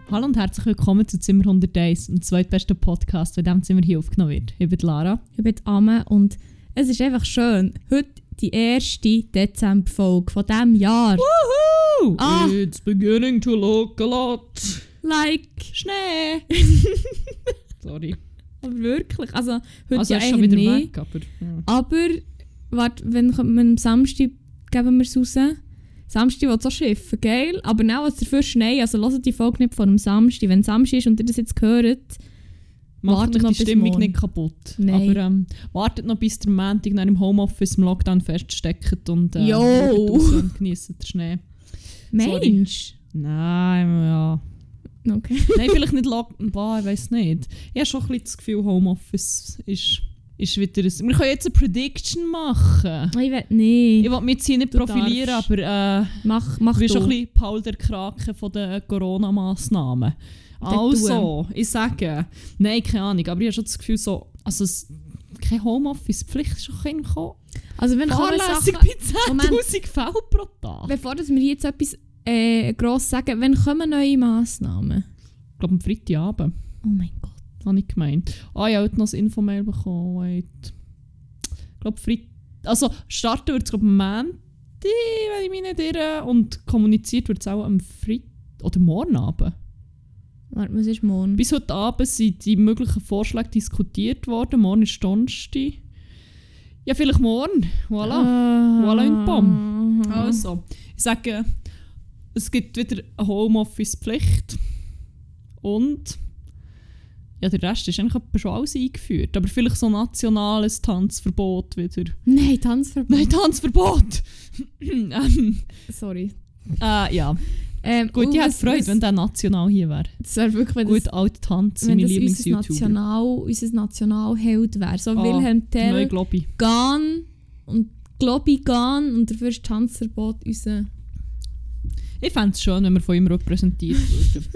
Hallo und herzlich willkommen zu Zimmer 101, dem zweitbesten Podcast, bei dem Zimmer hier aufgenommen wird. Ich bin Lara. Ich bin Amme und es ist einfach schön. Heute die erste Dezember-Folge von diesem Jahr. Woohoo! Ah. It's beginning to look a lot Like Schnee. Sorry. Aber wirklich. Also heute Also ja er ist schon wieder nicht. weg, aber... Ja. Aber, warte, wenn kommt man am Samstag, geben wir es raus. Samstag will es auch schiffen, geil. Aber dann wird es dafür Schnee. Also hört die Folge nicht von dem Samstag. Wenn es Samstag ist und ihr das jetzt hört, Macht wartet euch noch die bis Stimmung morgen. nicht kaputt. Nein. Aber wartet noch bis der Montag dann im Homeoffice im Lockdown feststeckt und Jo. schaut raus und genießt den Schnee. Mensch. Nein, ja... Okay. Nein, vielleicht nicht Lockdown, ich weiss nicht. Ich habe schon ein bisschen das Gefühl, Homeoffice ist wieder ein... Wir können jetzt eine Prediction machen. Ich will nicht. Ich will mich jetzt hier nicht Du profilieren, darfst. aber Mach ich bin du. schon ein bisschen Paul der Krake von den Corona-Massnahmen. Also, ich sage... Nein, keine Ahnung, aber ich habe schon das Gefühl, so... Also, keine Homeoffice-Pflicht ist schon gekommen. Also wenn Fahrlässig Sachen- bei 10'000 Fällen pro Tag. Bevor dass wir jetzt etwas gross sagen, wann kommen neue Massnahmen? Ich glaube, am Freitagabend. Oh mein Gott. Habe ich gemeint. Ah, ich habe heute noch ein Infomail bekommen. Wait. Ich glaube, also starten wird es am Montag, wenn ich mich nicht irre. Und kommuniziert wird es auch am Freitag oder morgen Abend. Warte, was ist morgen? Bis heute Abend sind die möglichen Vorschläge diskutiert worden. Morgen ist Donnerstag. Ja, vielleicht morgen. Voilà. Voilà une pomme. Also, ich sage, es gibt wieder eine Homeoffice-Pflicht. Und ja, der Rest ist eigentlich schon alles eingeführt. Aber vielleicht so ein nationales Tanzverbot wieder. Nein, Tanzverbot. Nein, Tanzverbot! Sorry. Ja. Gut, ich hätte Freude, wenn der national hier wäre. Das wäre wirklich, wenn Gut, alt Tanz, wenn mein das Lieblings-YouTuber. unser Nationalheld wäre. So Wilhelm Neue Tell, Globi. Gahn und Globi Gahn und dafür ist Tanzverbot unser... Ich fände es schön, wenn wir von ihm repräsentiert würden.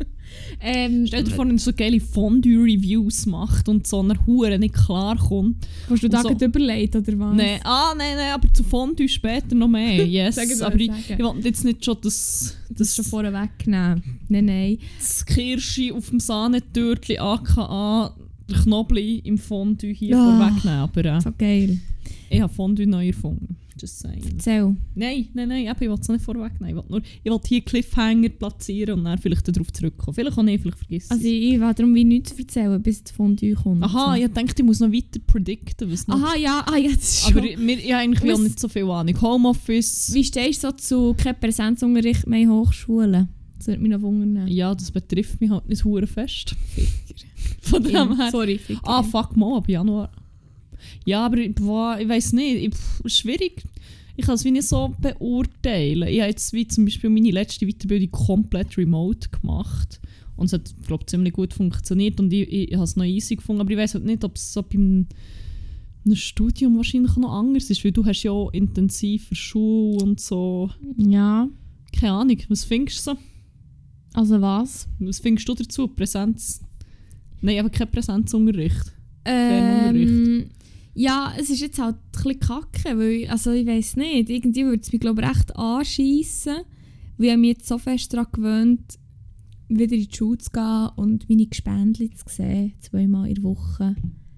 Stell dir vor, wenn er so geile Fondue-Reviews macht und so einer Hure nicht klar kommt. Hast du da so- gerade überlegt, oder was? Nein, aber zu Fondue später noch mehr. Yes, Sag es aber ich sagen. will jetzt nicht schon Das schon vorher wegnehmen. Nein. das Kirsche auf dem Sahnetörtchen aka der Knobli im Fondue hier Ah. vorwegnehmen. Aber So geil. ich habe Fondue neu erfunden. Just saying. Erzähl. Nein, eben, ich will es nicht vorwegnehmen. Ich will hier Cliffhanger platzieren und dann vielleicht darauf zurückkommen. Vielleicht auch nicht, vielleicht vergessen. Also ich will darum wie nichts erzählen, bis das Fondue kommt. Aha, so. ich dachte, ich muss noch weiter predikten. Was noch. Aha, ja, das ist Aber schon. ich habe eigentlich Was- auch nicht so viel Ahnung. Homeoffice, Wie stehst du so zu kein Präsenzunterricht mehr in Hochschulen? Das würde mich noch wundern. ja, das betrifft mich halt nicht hure fest. Von dem her. Sorry, Ficker. Fuck mal, ab Januar. Ja, aber ich weiß nicht. Schwierig. Ich kann es wie nicht so beurteilen. Ich habe jetzt wie zum Beispiel meine letzte Weiterbildung komplett remote gemacht. Und es hat, glaube ich, ziemlich gut funktioniert. Und ich habe es noch easy gefunden. Aber ich weiß halt nicht, ob es so beim einem Studium wahrscheinlich noch anders ist. Weil du hast ja auch intensiver Schule und so. Ja, Keine Ahnung. Was findest du so? also was? Was findest du dazu? Präsenz? Nein, aber kein Präsenzunterricht. Fernunterricht. Ja, es ist jetzt halt ein bisschen kacke, weil, also ich weiss nicht, irgendwie würde es mich glaube ich recht anschiessen, weil ich mich jetzt so fest daran gewöhnt, wieder in die Schule zu gehen und meine Gespendli zu sehen, 2-mal in der Woche.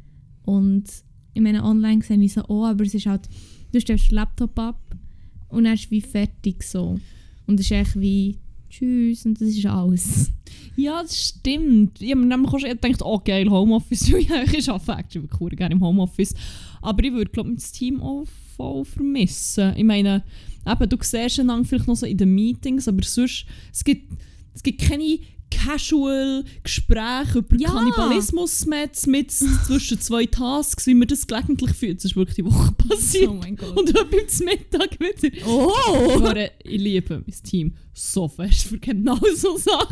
Und ich meine, online sehe ich so auch, aber es ist halt, du stellst den Laptop ab und dann ist es wie fertig so. Und es ist echt wie tschüss und das ist alles. Ja, das stimmt. Ich habe mir nämlich auch schon gedacht, oh geil, Homeoffice. Ja, ich arbeite actually wirklich gerne im Homeoffice. Aber ich würde, glaube ich, das Team auch voll vermissen. Ich meine, eben, du siehst einander vielleicht noch so in den Meetings, aber sonst, es gibt keine Casual-Gespräche über Ja. Kannibalismus mit zwischen zwei Tasks, wie man das gelegentlich fühlt. Das ist wirklich die Woche passiert. Oh mein Gott. Und heute zum Mittag wieder. Oh! Ich liebe mein Team so fest für genau so Sachen.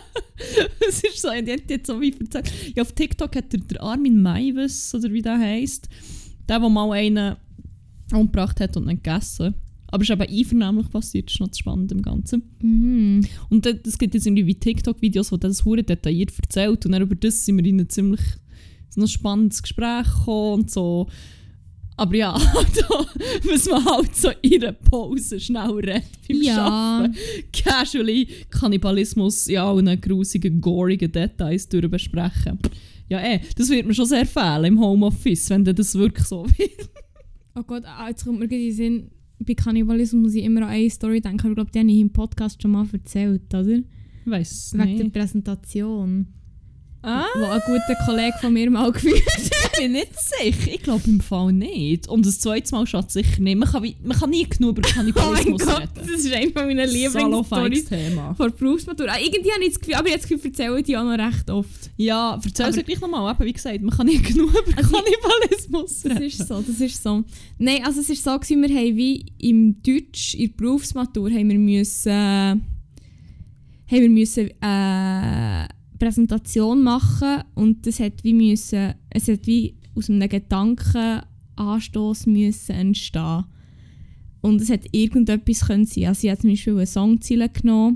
Es ist so, ich hätte jetzt so wie erzählt. Ja, auf TikTok hat der Armin Maivis, oder wie der heisst, der mal einen umgebracht hat und nicht gegessen. Aber es ist eben einvernehmlich passiert, das ist noch das Spannende im Ganzen. Mhm. Und es gibt jetzt irgendwie wie TikTok-Videos, wo das hure detailliert erzählt und dann über das sind wir in ein ziemlich so ein spannendes Gespräch gekommen und so. Aber ja, also, was man halt so in einer Pause schnell redet beim Arbeiten. Casually Kannibalismus in allen grusigen, gorigen Details durchbesprechen. Ja, das wird mir schon sehr fehlen im Homeoffice, wenn das wirklich so wird. Oh Gott, jetzt kommt mir gerade in den Sinn, bei Kannibalismus muss ich immer an eine Story denken, aber ich glaube, die habe ich im Podcast schon mal erzählt, oder? Ich weiss Wegen der nicht. Präsentation. Wo Ah, ein guter Kollege von mir mal geführt hat. ich bin nicht sicher. Ich glaube im Fall nicht. Und das zweite Mal schaut sicher nicht. Man kann nie genug über Oh mein Kannibalismus Gott, reden. das ist eine meiner Salonfeiges Lieblingsstories Thema. vor der Berufsmatura. Irgendwie habe ich das Gefühl, aber ich habe das Gefühl, erzähle die auch noch recht oft. Ja, erzähl es Aber- gleich nochmal. Wie gesagt, man kann nie genug über Also- Kannibalismus Das reden. ist so. Nein, also es war so, gewesen, wir haben wie im Deutsch, in der Berufsmatur, haben wir müssen Präsentation machen und es hat wie aus einem Gedankenanstoss müssen entstehen. Und es hat irgendetwas können sein. Also ich habe zum Beispiel eine Songzeile genommen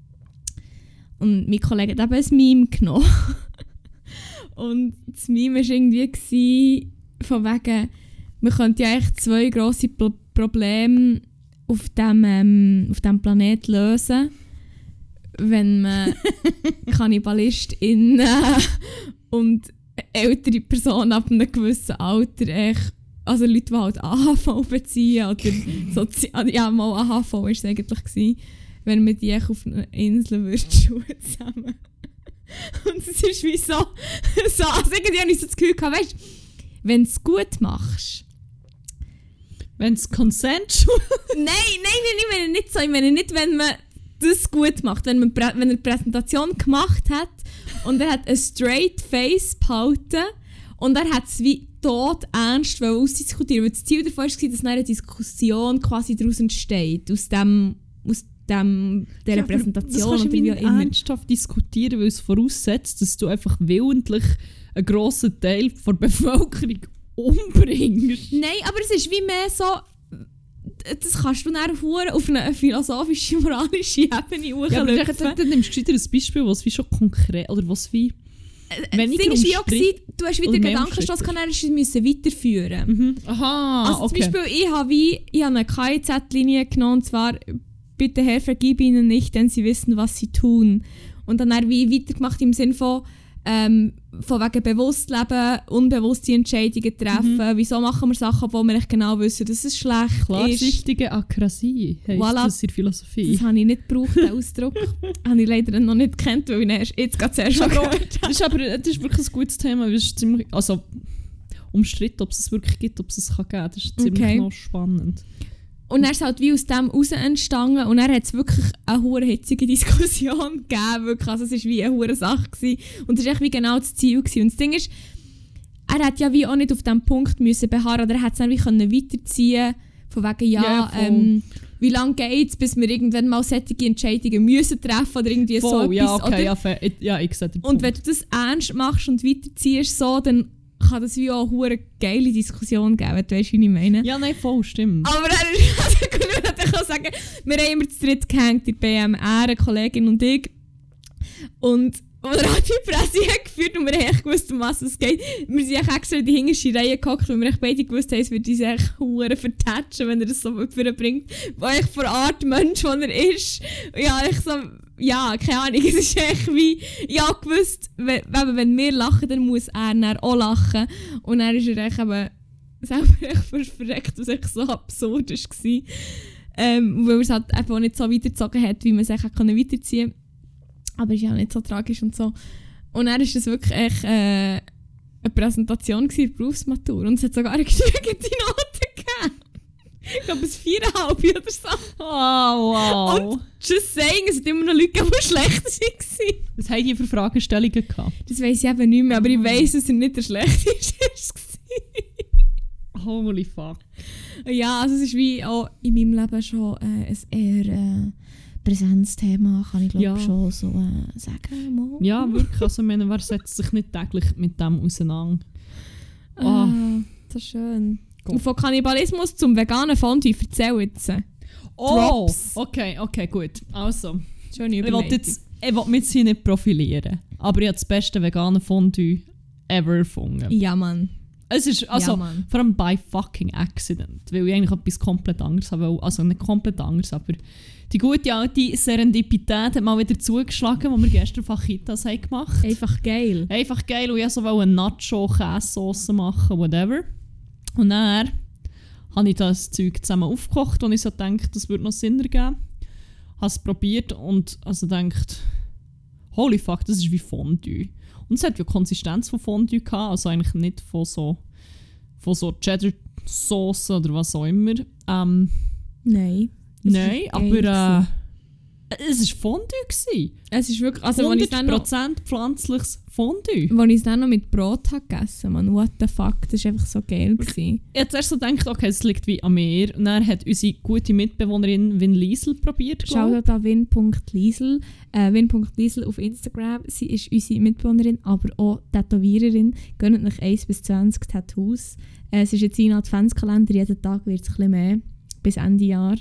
und mein Kollege hat eben ein Meme genommen. Und das Meme war irgendwie von wegen, man könnte ja echt 2 grosse Probleme auf diesem Planet lösen, wenn man KannibalistInnen und ältere Personen ab einem gewissen Alter echt, also Leute, die halt AHV beziehen oder ja, mal AHV war es eigentlich gewesen, wenn man die echt auf einer Insel würde schauen zusammen. Und es ist wie so also irgendwie habe ich so das Gefühl gehabt, weißt, wenn du es gut machst. Wenn es consensual Nein, ich meine nicht so. Ich meine nicht, wenn man das gut macht. Wenn er eine Präsentation gemacht hat und er hat ein straight face behalten und er hat es wie tot ernst ausdiskutieren. Weil das Ziel davon war, dass eine Diskussion quasi daraus entsteht. Aus dieser Präsentation. Das kannst du oder wie nicht auch immer. ernsthaft diskutieren, weil es voraussetzt, dass du einfach willentlich einen grossen Teil der Bevölkerung umbringst. Nein, aber es ist wie mehr so, das kannst du dann auf eine philosophische, moralische Ebene Ja, aber hochlöpfen. dann nimmst du wieder ein Beispiel, was wie schon konkret, oder was wie Das weniger Ding ist wie auch umstritten gewesen, du hast wieder oder mehr Gedankenstoss, umstritten. kann er müssen weiterführen. Aha, Also okay. zum Beispiel, ich habe eine KIZ-Linie genommen, und zwar «Bitte Herr, vergib ihnen nicht, denn sie wissen, was sie tun». Und dann habe ich weitergemacht im Sinne von wegen bewusst leben, unbewusste Entscheidungen treffen. Wieso machen wir Sachen, obwohl wir nicht genau wissen, dass es schlecht ist. Klarsichtige Akrasie heisst Voilà. das in der Philosophie. Das habe ich nicht gebraucht, den Ausdruck. Habe ich leider noch nicht gekannt, weil ich ihn erst jetzt gerade zuerst Aber gehört das ist wirklich ein gutes Thema. Das ist ziemlich, also umstritten, ob es es wirklich gibt, ob es es kann geben. Das ist ziemlich Okay. noch spannend. Und er ist halt wie aus dem raus entstanden und er hat es wirklich eine hure hitzige Diskussion gegeben. Wirklich. Also es war wie eine hure Sache. Gewesen. Und das war echt wie genau das Ziel. Gewesen. Und das Ding ist, er hat ja wie auch nicht auf diesem Punkt müssen beharren, oder er hat es dann wie können weiterziehen von wegen, Ja, voll. wie lange geht es, bis wir irgendwann mal solche Entscheidungen müssen treffen oder irgendwie so Voll, ja, etwas. okay, Oder? ja, ja, ich sehe den Und Punkt. wenn du das ernst machst und weiterziehst, so, dann kann das wie auch eine hure geile Diskussion geben, wenn du weißt, wie ich meine. Ja, nein, voll, stimmt. Aber ich kann sagen, wir haben immer zu dritt gehängt, die BMR, eine Kollegin und ich. Und er hat die Presse geführt und wir haben echt gewusst, um was es geht. Wir sind echt extra in die hinterste Reihe gehockt, weil wir echt beide gewusst haben, es wird uns echt verdammt vertatschen, wenn er das so bringt. Weil ich von der Art Mensch, der er ist, ja, ich so, ja, keine Ahnung, es ist echt wie, ja, gewusst, wenn wir lachen, dann muss er dann auch lachen. Und dann ist er echt eben selber echt verreckt, was echt so absurd war. Weil er es halt einfach auch nicht so weitergezogen hat, wie man es echt weiterziehen konnte. Aber es ist ja nicht so tragisch und so. Und dann war das wirklich echt eine Präsentation in der Berufsmatur. Und es hat sogar eine genügende Note gegeben. Ich glaube, es 4,5 oder so. Oh, wow. Und just saying, es hat immer noch Leute gegeben, die schlechter waren. Was haben die für Fragestellungen gehabt? Das weiss ich eben nicht mehr, aber ich weiss, dass er nicht der schlechteste war. Holy fuck. Ja, also es ist wie auch in meinem Leben schon ein eher Präsenzthema, kann ich glaube Ja. schon so sagen. Mal. Ja, wirklich. Also, ich meine, wer setzt sich nicht täglich mit dem auseinander? Ah, das ist schön. Gut. Und von Kannibalismus zum veganen Fondue, erzähl jetzt. Oh, Drops. okay, gut. Also, Schöne ich will Überleitung. mich jetzt hier nicht profilieren. Aber ich habe das beste vegane Fondue ever gefunden. Ja, Mann. Es ist, also, Ja, Mann. vor allem by fucking accident, weil ich eigentlich etwas komplett anderes habe, also nicht komplett anderes, aber die gute alte Serendipität hat mal wieder zugeschlagen, als wir gestern Fajitas haben gemacht. Einfach geil. Einfach geil, und ich wollte eine Nacho-Käsesauce machen, whatever. Und dann habe ich das Zeug zusammen aufgekocht und ich so gedacht, das würde noch Sinn ergeben. Habe es probiert und also gedacht, holy fuck, das ist wie Fondue. Und es hat ja Konsistenz von Fondue gehabt, also eigentlich nicht von so Cheddar-Sauce oder was auch immer. Nein. Nein, war geil aber es war Fondue gewesen. Es ist wirklich, also als ich es dann noch 100% pflanzliches Fondue. noch mit Brot habe gegessen, man, what the fuck, das war einfach so geil gewesen. Ich habe zuerst so gedacht, okay, es liegt wie an mir. Und dann hat unsere gute Mitbewohnerin Win Liesel probiert. Schaut an Win.Liesel. Win.Liesel auf Instagram. Sie ist unsere Mitbewohnerin, aber auch Tätowiererin. Gönnt euch 1 bis 20 Tattoos. Es ist jetzt ein Adventskalender, jeden Tag wird es ein bisschen mehr, bis Ende Jahr.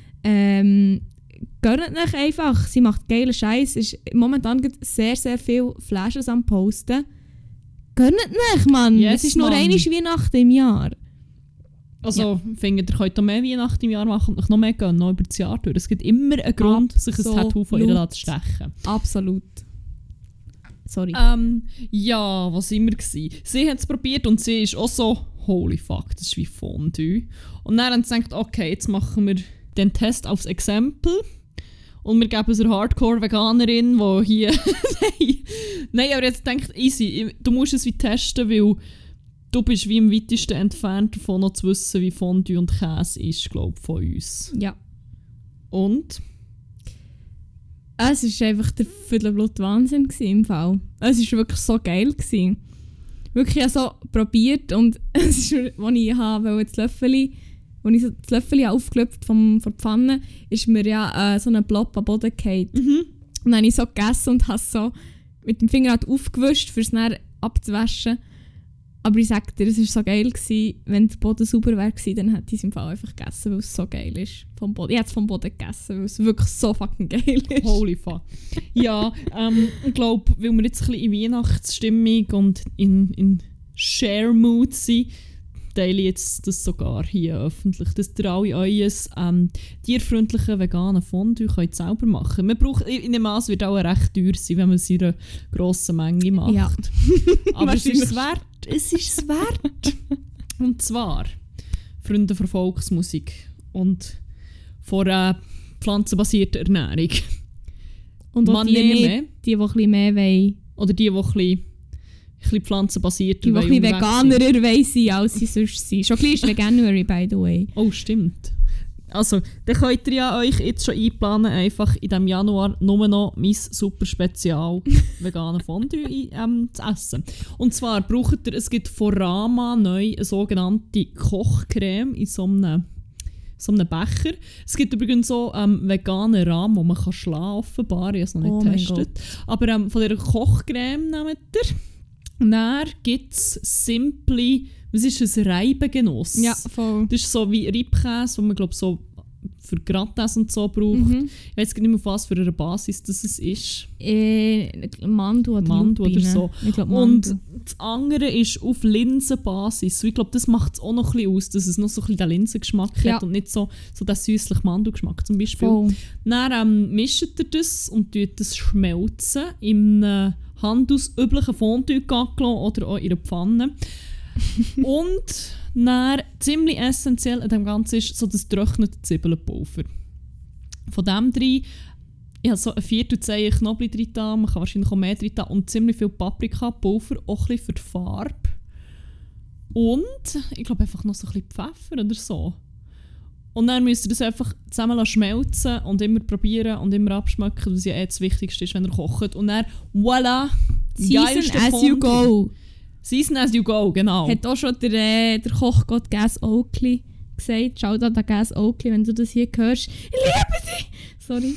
Gönnt euch einfach. Sie macht geilen Scheiß. Momentan gibt es sehr, sehr viele Flashes am Posten. Gönnt euch, Mann. Yes, es ist nur Mann. eine Weihnachten im Jahr. Also, findet ihr könnt noch mehr Weihnachten im Jahr machen und euch noch mehr gönnen, noch über das Jahr durch. Es gibt immer einen Grund, sich ein Tattoo von ihr zu stechen. Absolut. Sorry. Ja, was immer gsi. Sie hat es probiert und sie ist auch so, holy fuck, das ist wie Fondue. Und dann haben sie gedacht, okay, jetzt machen wir den Test aufs Exempel. Und wir geben es einer Hardcore-Veganerin, die hier... Nein, aber jetzt denkt easy, du musst es wie testen, weil du bist wie am weitesten entfernt davon, noch zu wissen, wie Fondue und Käse ist, glaube ich, von uns. Ja. Und? Es war einfach der Viertelblut-Wahnsinn im Fall. Es war wirklich so geil gewesen. Wirklich, ich habe so probiert und es ist, als ich das Löffel aufgelöpft von der Pfanne, ist mir ja so ein Blob am Boden gefallen. Mhm. Und dann habe ich so gegessen und habe so mit dem Finger halt aufgewischt, um es dann abzuwaschen. Aber ich sage dir, es war so geil gewesen. Wenn der Boden sauber wäre, dann hätte ich es im Fall einfach gegessen, weil es so geil ist. Vom Boden. Ich habe es vom Boden gegessen, weil es wirklich so fucking geil ist. Holy fuck. Ja, ich glaube, weil wir jetzt ein bisschen in Weihnachtsstimmung und in Share-Mood sind, teile ich jetzt das sogar hier öffentlich, dass ihr alle euer tierfreundliche veganen Fondue könnt selber machen. Man braucht, in dem Maß wird auch recht teuer sein, wenn man es in einer grossen Menge macht. Ja. Aber es ist es wert. Es ist es wert. Und zwar Freunde von Volksmusik und von pflanzenbasierter Ernährung. Und auch die ein bisschen mehr wollen. Oder die ein bisschen pflanzenbasierter Die ein bisschen Veganerer wollen sein, als sie sonst sind. Schon ein bisschen ist Veganuary, by the way. Oh, stimmt. Also, dann könnt ihr ja euch jetzt schon einplanen, einfach in diesem Januar nur noch mein super Spezial veganen Fondue zu essen. Und zwar braucht ihr, es gibt von Rama neu eine sogenannte Kochcreme in so einem Becher. Es gibt übrigens so veganen Rahmen, wo man schlagen kann, offenbar. Ich habe es noch nicht getestet. Aber von dieser Kochcreme nehmt ihr. Und dann gibt es Simply, was ist ein Reibengenuss? Ja, voll. Das ist so wie Reibkäse, den man glaube so für Gratis und so braucht. Mhm. Ich weiß gar nicht mehr, auf was für eine Basis das ist. Mandel oder so. Ich glaub, und das andere ist auf Linsenbasis. Ich glaube, das macht es auch noch ein bisschen aus, dass es noch so ein bisschen den Linsengeschmack hat und nicht so den süßlichen Mandelgeschmack zum Beispiel. Voll. Dann mischt ihr das und tut das schmelzen in einem handelsüblichen Fondue-Gaclon oder auch in einer Pfanne. Und dann, ziemlich essentiell an dem Ganzen ist so das getrocknete Zwiebelpulver. Von dem drin, ich habe so ein Viertel Zehe Knoblauch drin, man kann wahrscheinlich auch mehr drin und ziemlich viel Paprikapulver, auch ein bisschen für die Farbe. Und ich glaube einfach noch so ein bisschen Pfeffer oder so. Und dann müsst ihr das einfach zusammen schmelzen und immer probieren und immer abschmecken, was ja das Wichtigste ist, wenn ihr kocht. Und dann, voilà, Season as you go. Season as you go, genau. Hat auch schon der Kochgott Gas Oakley gesagt. Schau da Gas Oakley, wenn du das hier hörst. Ich liebe dich! Sorry.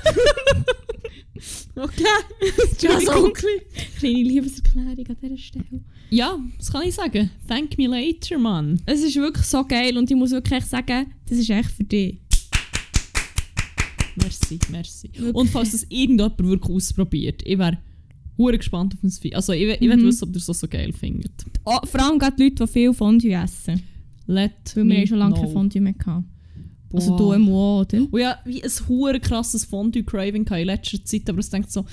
Okay. Gas Oakley. Kleine Liebeserklärung an dieser Stelle. Ja, das kann ich sagen. Thank me later, Mann. Es ist wirklich so geil und ich muss wirklich sagen, das ist echt für dich. Merci. Wirklich. Und falls das irgendjemand wirklich ausprobiert, ich wäre hure gespannt auf das Fondue. Also ich will wissen, ob ihr es so geil findet. Oh, vor allem gerade die Leute, die viel Fondue essen. Let Weil me wir haben schon lange know. kein Fondue mehr gehabt. Boah. Also du im auch, oder? Und ja, wie ein hure krasses Fondue-Craving in letzter Zeit, aber es denkt so,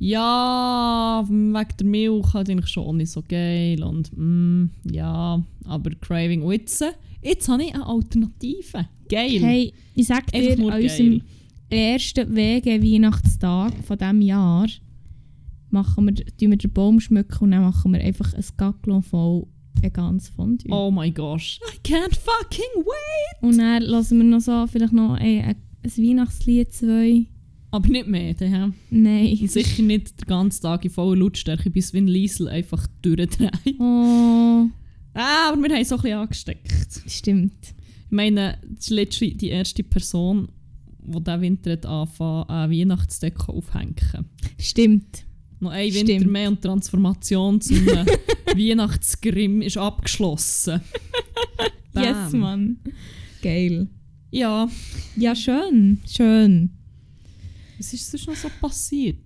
ja, wegen der Milch halt eigentlich schon auch nicht so geil und ja, aber Craving. Und jetzt habe ich eine Alternative. Geil. Hey, ich sag Einfach dir, nur an geil. unserem ersten Weihnachtstag von diesem Jahr tun wir den Baum schmücken und dann machen wir einfach ein Gackelon voll ein ganzes Fondue. Oh my gosh. I can't fucking wait. Und dann hören wir noch so, vielleicht noch ein Weihnachtslied 2. Aber nicht mehr, hä? Nein. Sicher nicht den ganzen Tag in voller Lautstärke, bis Vin Liesel einfach durchdreht. Oh, Aber wir haben so ein bisschen angesteckt. stimmt. Ich meine, das ist literally die erste Person, die diesen Winter hat angefangen, eine Weihnachtsdeko aufhängen. Stimmt. Noch ein Stimmt. Winter mehr und die Transformation zum Weihnachtsgrimm ist abgeschlossen. Bam. Yes, Mann. Geil. Ja, Ja, schön. Schön. was ist sonst noch so passiert?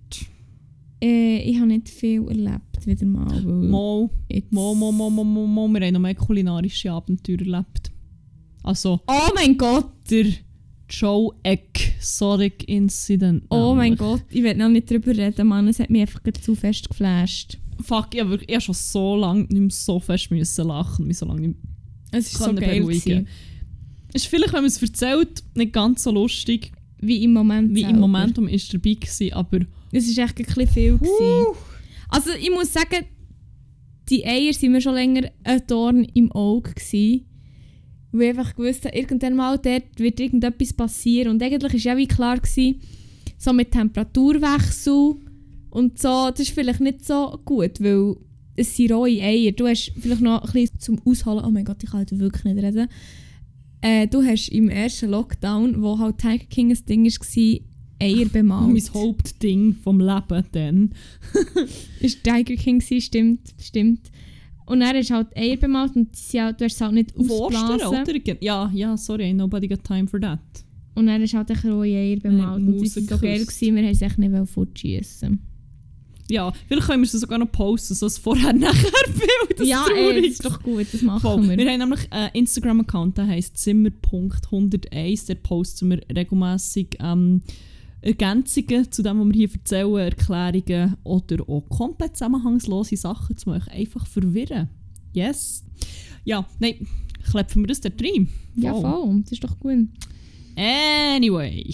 Ich habe nicht viel erlebt, wieder mal. Weil Mo, jetzt- wir haben noch mehr kulinarische Abenteuer erlebt. Also, Oh mein Gott! der Joe Exotic Incident. Oh mein nämlich. Gott, ich will noch nicht drüber reden, Mann. Es hat mich einfach gerade zu fest geflasht. Fuck, ich habe schon so lange nicht mehr so fest müssen lachen, mich so lange nicht Es ist so können geil beruhigen. gewesen. Ist vielleicht, wenn man es erzählt, nicht ganz so lustig, Wie im Moment wie im selber. Momentum ist dabei gewesen, aber Es war echt ein bisschen viel. Gewesen. Also ich muss sagen, die Eier waren mir schon länger ein Dorn im Auge gewesen. Weil ich einfach gewusst habe, irgendwann mal dort wird irgendetwas passieren. Und eigentlich war ja wie klar gewesen, so mit Temperaturwechsel und so, das ist vielleicht nicht so gut, weil es sind rohe Eier. Du hast vielleicht noch ein bisschen zum Ausholen, oh mein Gott, ich kann heute wirklich nicht reden. Du hast im ersten Lockdown, wo halt Tiger King ein Ding war, Eier bemalt. mein Hauptding vom Leben dann. Ist Tiger King gewesen, stimmt. Und er ist halt Eier bemalt und du hast es halt nicht Forster, ausblasen. oder? Ja, sorry, nobody got time for that. Und er ist halt echt rohe Eier bemalt. Und das war so geil, gewesen, wir haben es echt nicht fortschiessen. Ja, vielleicht können wir es sogar noch posten, so ein Vorher-Nachher-Bild. Das Ja, traurig. das ist doch gut, das machen Voll. wir. Wir haben nämlich einen Instagram-Account, der heisst Zimmer.101. Der posten wir regelmässig Ergänzungen zu dem, was wir hier erzählen, Erklärungen oder auch komplett zusammenhangslose Sachen, um euch einfach verwirren. Yes. Ja, nein, klepfen wir das da rein. Ja, voll, das ist doch gut. Anyway.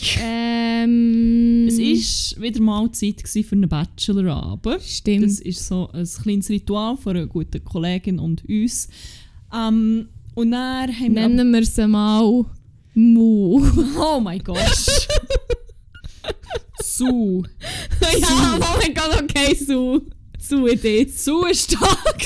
Es war wieder mal Zeit gewesen für einen Bachelorabend. Stimmt. Das ist so ein kleines Ritual von einer guten Kollegin und uns. Und dann haben wir... Nennen wir sie mal Mu. Oh mein Gott. Su. Ja, oh mein Gott, okay, Su. Su it is. Su ist stark.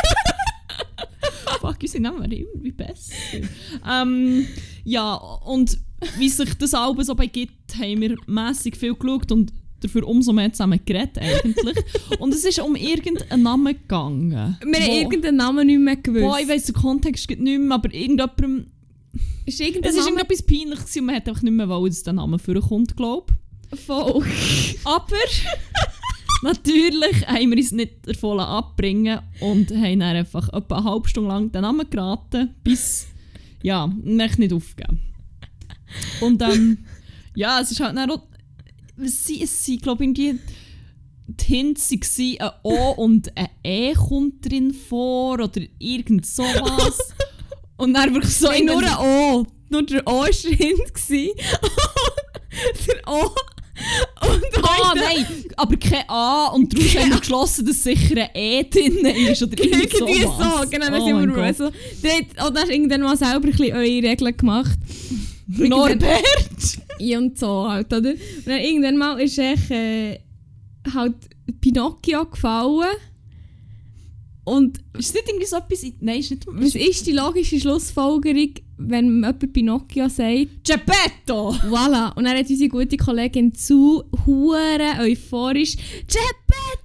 Fuck, unsere Namen werden immer wie besser. Ja, und wie sich das Album so begibt, haben wir mässig viel geschaut und dafür umso mehr zusammen geredet eigentlich. Und es ist um irgendeinen Namen gegangen. Wir haben irgendeinen Namen nicht mehr gewusst. Boah, ich weiss den Kontext nicht mehr, aber irgendjemandem... Ist Es irgendein war Name irgendetwas peinlich gewesen und man hat einfach nicht mehr wollen, dass der Name vorkommt, glaube ich. voll. Aber natürlich haben wir uns nicht davon abbringen und haben dann einfach etwa eine halbe Stunde lang den Namen geraten, bis ja, nicht aufgeben. Und ja, es ist halt dann auch, es sind glaube ich irgendwie die Hints waren, ein O und ein E kommt drin vor oder irgend sowas. Und dann wirklich so... Nein, nur ein O. Nur der O war drin. Der O. Und Ah, nein, aber kein A und daraus haben wir geschlossen, dass sicher ein E drin ist oder irgend irgendwie sowas. so, genau, dann Oh sind mein wir Gott. so. Und dann hast du irgendwann mal selber ein bisschen eure Regeln gemacht. Norbert! Ja, und so halt, oder? Und dann irgendwann mal ist echt halt Pinocchio gefallen. Und Ist das nicht irgendwie so etwas... Nein, ist nicht... was ist die logische Schlussfolgerung, wenn jemand Pinocchio sagt? Geppetto! Voilà. Und dann hat unsere gute Kollegin zu hure euphorisch Geppetto!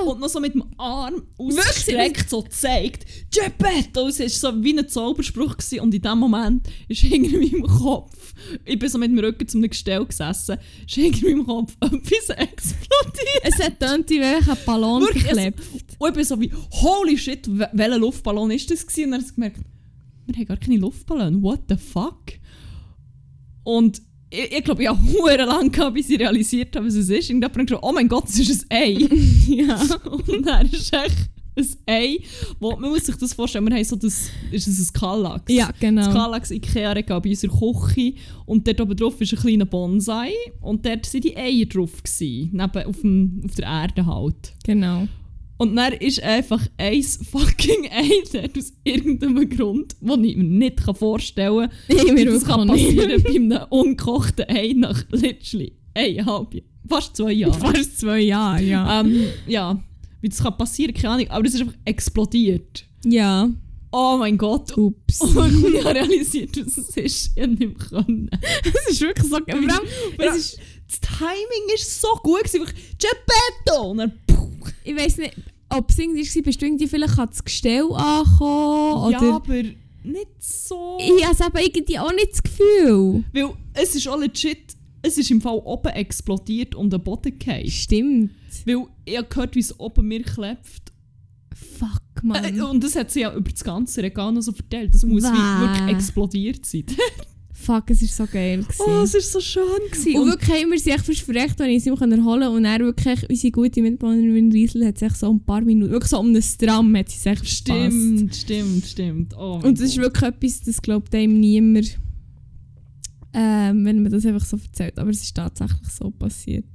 und noch so mit dem Arm ausgestreckt so zeigt, Geppetto, es war so wie ein Zauberspruch gewesen. Und in dem Moment ist hinter meinem Kopf, ich bin so mit dem Rücken zu einem Gestell gesessen, ist hinter meinem Kopf etwas explodiert. Es hat tönt wie ein Ballon Wirklich, geklebt. Und ich bin so wie, holy shit, welcher Luftballon ist das gewesen? Und dann habe ich gemerkt, wir haben gar keine Luftballone, what the fuck? Und ich glaube, ich habe sehr lange gehabt, bis ich realisiert habe, was es ist. Und jemand hat gesagt, oh mein Gott, das ist ein Ei. Ja. Und dann ist echt ein Ei, wo, man muss sich das vorstellen, wir haben so das, ist das ein Kallax? Ja, genau. Das Kallax Ikea-Regal bei unserer Küche. Und dort oben drauf ist ein kleiner Bonsai. Und dort waren die Eier drauf gewesen, neben auf der Erde halt. Genau. Und dann ist einfach ein fucking Ei dort aus irgendeinem Grund, den ich mir nicht vorstellen kann, wie das kann passieren bei einem ungekochten Ei nach literally 1,5, fast 2 Jahren. Fast 2 Jahre, ja. Ja, wie das kann passieren, keine Ahnung, aber das ist einfach explodiert. Ja. Oh mein Gott. Ups. Und ich habe realisiert, was es ist. Ich konnte nicht mehr können. Es ist wirklich so... Das Timing ist so gut gewesen. Geppetto! Und dann Ich weiss nicht, ob es irgendwie war, bist du irgendwie vielleicht an das Gestell angekommen? ja, oder? aber nicht so. Ich habe aber irgendwie auch nicht das Gefühl. Weil es ist auch legit, es ist im Fall oben explodiert und am Boden gefallen. Stimmt. Weil ich habe gehört, wie es oben mir klebt. Fuck, Mann. Und das hat sie ja über das ganze Regal noch so verteilt. Das muss wie wirklich explodiert sein. Fuck, es war so geil. Oh, es war so schön gewesen. Und wirklich haben wir sie echt fast verreckt, wenn ich sie erholen konnte. Und dann wirklich, unsere gute Mitbewohnerin Riesel hat sich so ein paar Minuten, wirklich so um das Tram hat sie sich verpasst. Stimmt. Oh und das ist wirklich etwas, das glaubt einem niemand, wenn man das einfach so erzählt. Aber es ist tatsächlich so passiert.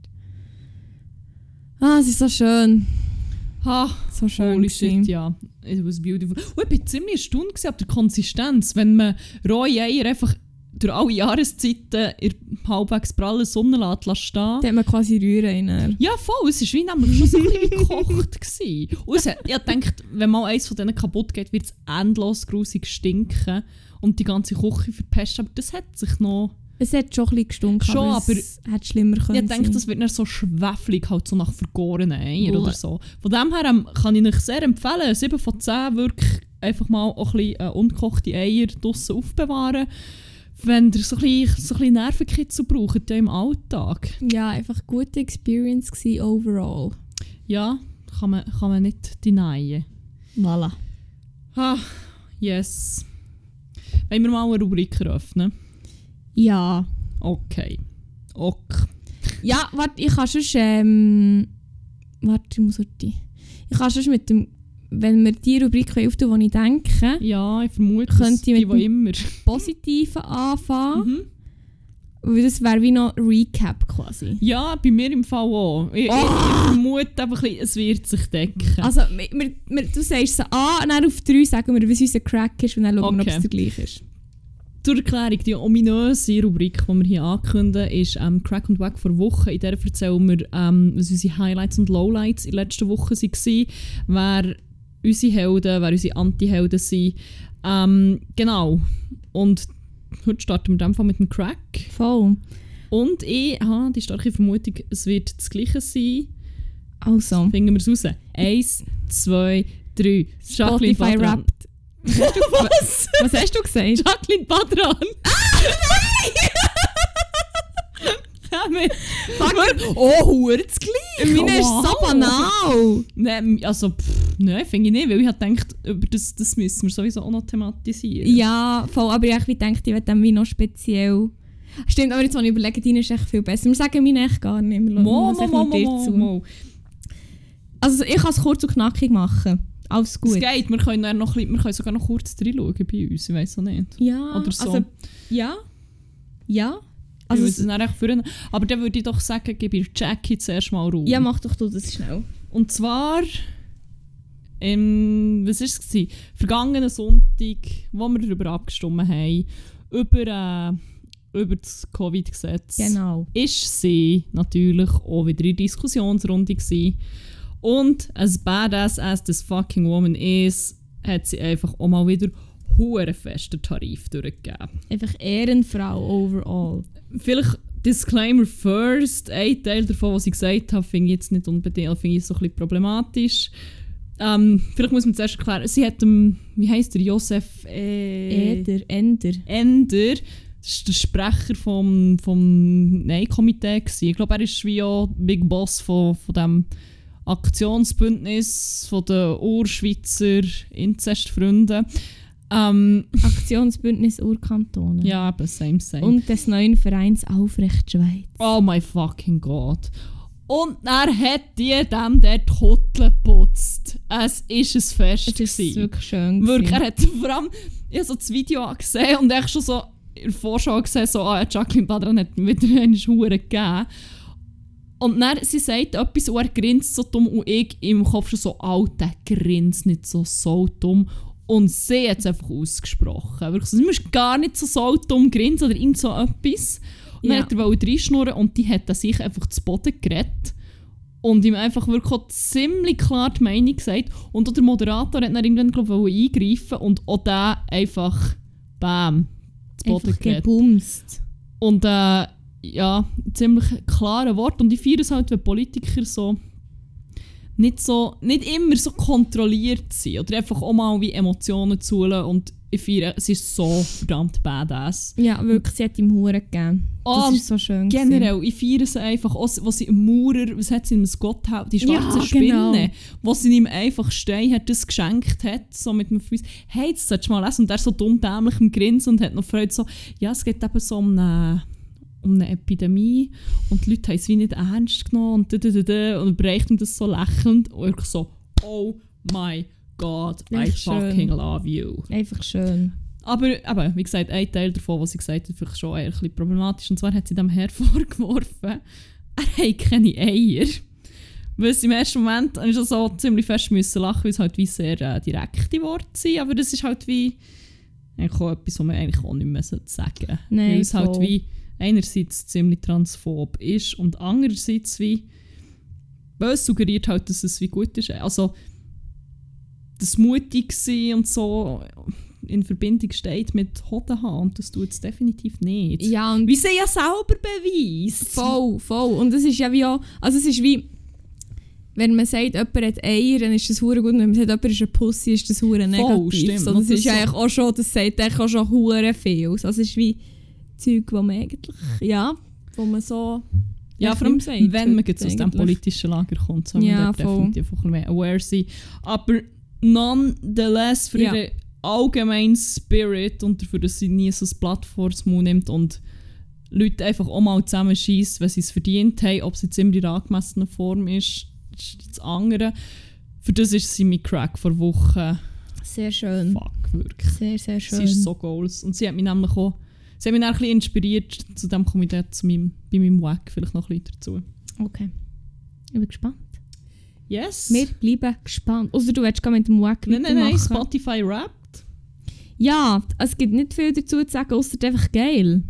Es ist so schön. So schön. Holy shit, ja. It was beautiful. Und ich war ziemlich erstaunt ab der Konsistenz, wenn man rohe Eier einfach durch alle Jahreszeiten in halbwegs prallen Sonne stehen. Da hat man quasi Rühren rein. Ja, voll. Es war wie nämlich schon so ein bisschen gekocht gewesen. Und ich dachte, wenn mal eins von denen kaputt geht, wird es endlos grusig stinken und die ganze Küche verpesten. Aber das hat sich noch... Es hat schon ein bisschen gestunken, schon, aber es hätte schlimmer können ich denke, das wird dann so schweflig, halt so nach vergorenen Eiern oder so. Von dem her kann ich euch sehr empfehlen, 7 von 10 wirklich einfach mal auch ein bisschen ungekochte Eier draussen aufbewahren, wenn ihr so ein bisschen Nervenkitzel braucht im Alltag. Ja, einfach eine gute Experience gewesen, overall. Ja, kann man nicht denyen. Voilà. Yes. Wollen wir mal eine Rubrik eröffnen? Ja. Okay. Ja, warte, ich kann sonst... ich muss sortieren. Ich kann sonst mit dem... Wenn wir die Rubrik auftun, die ich denke... Ja, ich vermute, könnte ich mit immer Positiven anfangen. Weil das wäre wie noch Recap quasi. Ja, bei mir im Fall auch. Ich vermute einfach, es wird sich decken. Also, du sagst so und dann auf 3 sagen wir, was unser Crack ist und dann schauen wir, ob es der gleiche ist. Zur Erklärung, die ominöse Rubrik, die wir hier ankündigen, ist Crack und Wack vor Woche. In der erzählen wir, was unsere Highlights und Lowlights in der letzten Woche waren, wer unsere Helden, wer unsere Anti-Helden sind. Genau. Und heute starten wir in dem Fall mit dem Crack. Voll. Und ich habe die starke Vermutung, es wird das Gleiche sein. Also. Finden wir es raus. 1, 2, 3. Spotify Wrapped. Was? Was hast du gesagt? Jacqueline Badran. Hure das Gleiche. Meine ist so banal. Nein, also, nein, finde ich nicht, weil ich habe gedacht, über das müssen wir sowieso auch noch thematisieren. Ja, voll, aber ich habe gedacht, ich werde dem wie noch speziell... Stimmt, aber jetzt, wenn ich überlege, deine ist echt viel besser. Wir sagen meine echt gar nicht. Mo. Also ich kann es kurz und knackig machen. Alles gut. Es geht, wir können sogar noch kurz reinschauen bei uns, ich weiss auch nicht. Ja, oder so. Also, ja. Also aber dann würde ich doch sagen, gebe ich Jackie zuerst mal Raum. Ja, mach doch du das schnell. Und zwar, was war es? Vergangenen Sonntag, wo wir darüber abgestimmt haben, über das Covid-Gesetz. Genau. Ist sie natürlich auch wieder in Diskussionsrunde gewesen. Und as badass as this fucking woman is, hat sie einfach auch mal wieder hure festen Tarif durchgegeben. Einfach Ehrenfrau overall. Vielleicht Disclaimer first, ein Teil davon, was ich gesagt habe, finde ich jetzt nicht unbedingt, finde ich so ein bisschen problematisch. Vielleicht muss man zuerst erklären, sie hat wie heisst der, Josef Ender. Das war der Sprecher vom Nein-Komitee. Ich glaube, er ist wie auch Big Boss von dem Aktionsbündnis von den Urschweizer Inzestfreunden. Aktionsbündnis Urkantone. Ja, aber same. Und des neuen Vereins Aufrecht Schweiz. Oh my fucking God. Und er hat dem dort die Kutte geputzt. Es war ein Fest. Es ist wirklich schön. Wirklich, er hat vor allem, ich habe so das Video angesehen und ich schon so in der Vorschau gesehen, so, Jacqueline Badran hat wieder eine Hure gegeben. Und dann, sie sagt etwas und er grinst so dumm und ich im Kopf schon so, der grinst nicht so dumm. Und sie hat es einfach ausgesprochen. Wirklich, sie muss gar nicht so dumm grinsen oder irgend so etwas. Und dann hat er reinschnurren und die hat sich einfach zu Boden gerettet. Und ihm einfach wirklich auch ziemlich klar die Meinung gesagt. Und auch der Moderator hat dann irgendwann, glaube ich, eingreifen und auch der einfach bam, zu Boden gerettet. Gebumst. Und ziemlich klare Wort. Und ich feiere es halt, wenn Politiker so nicht immer so kontrolliert sind. Oder einfach auch mal wie Emotionen zulassen. Und ich feiere, es ist so verdammt badass. Ja, wirklich, sie hat ihm Huren gegeben. Das ist so schön. Generell, ich feiere sie einfach, auch, wo sie im Maurer, was hat sie in einem Gotthaupt, die schwarze Spinne, genau. Wo sie ihm einfach Stein hat, das geschenkt hat, so mit dem Fuß. Hey, das solltest du mal lesen. Und er so dumm dämlich im Grinsen und hat noch Freude so, ja, es geht eben so um eine Epidemie und die Leute haben es wie nicht ernst genommen und überreicht ihm das so lächelnd und ich so, oh my God, I fucking love you. Einfach schön. Aber wie gesagt, ein Teil davon, was sie gesagt hat, ist vielleicht schon eher ein bisschen problematisch. Und zwar hat sie dem Herr vorgeworfen, er hat keine Eier. Weil im ersten Moment musste ich schon so ziemlich fest lachen, weil es halt wie sehr direkte Worte sind. Aber das ist halt wie auch etwas, was man eigentlich auch nicht mehr sagen sollte. Nein, weil es halt wie einerseits ziemlich transphob ist und andererseits wie, weil es suggeriert halt, dass es wie gut ist. Also, das mutig sein und so in Verbindung steht mit Hoden haben und das tut es definitiv nicht. Ja, und wie sie ja selber beweist. Voll. Und es ist ja wie auch, also es ist wie, wenn man sagt, jemand hat Eier, dann ist das hure gut. Und wenn man sagt, jemand ist eine Pussy, ist das hure negativ. Stimmt. So, das ist so eigentlich auch schon, das sagt eigentlich auch schon hure viel. Also es ist wie Zeug, wo man eigentlich, wo man so... Ja, vor allem, sagt, wenn man jetzt aus dem politischen Lager kommt, soll man da definitiv ein bisschen mehr aware sein. Aber nonetheless, für ihren allgemeinen Spirit und dafür, dass sie nie so ein Blatt vor den Mund nimmt und Leute einfach auch mal zusammenschießt, wenn sie es verdient haben, ob es jetzt immer in der angemessenen Form ist das andere. Für das ist sie mit Crack vor Wochen. Sehr schön. Fuck, wirklich. Sehr, sehr schön. Sie ist so goals. Und sie hat mich nämlich auch ein bisschen inspiriert zu diesem Komitee, bei meinem Wack vielleicht noch ein bisschen dazu. Okay. Ich bin gespannt. Yes. Wir bleiben gespannt. Außer du willst mit dem Wack weitermachen. Nein, Spotify rappt. Ja, es gibt nicht viel dazu zu sagen, außer einfach geil.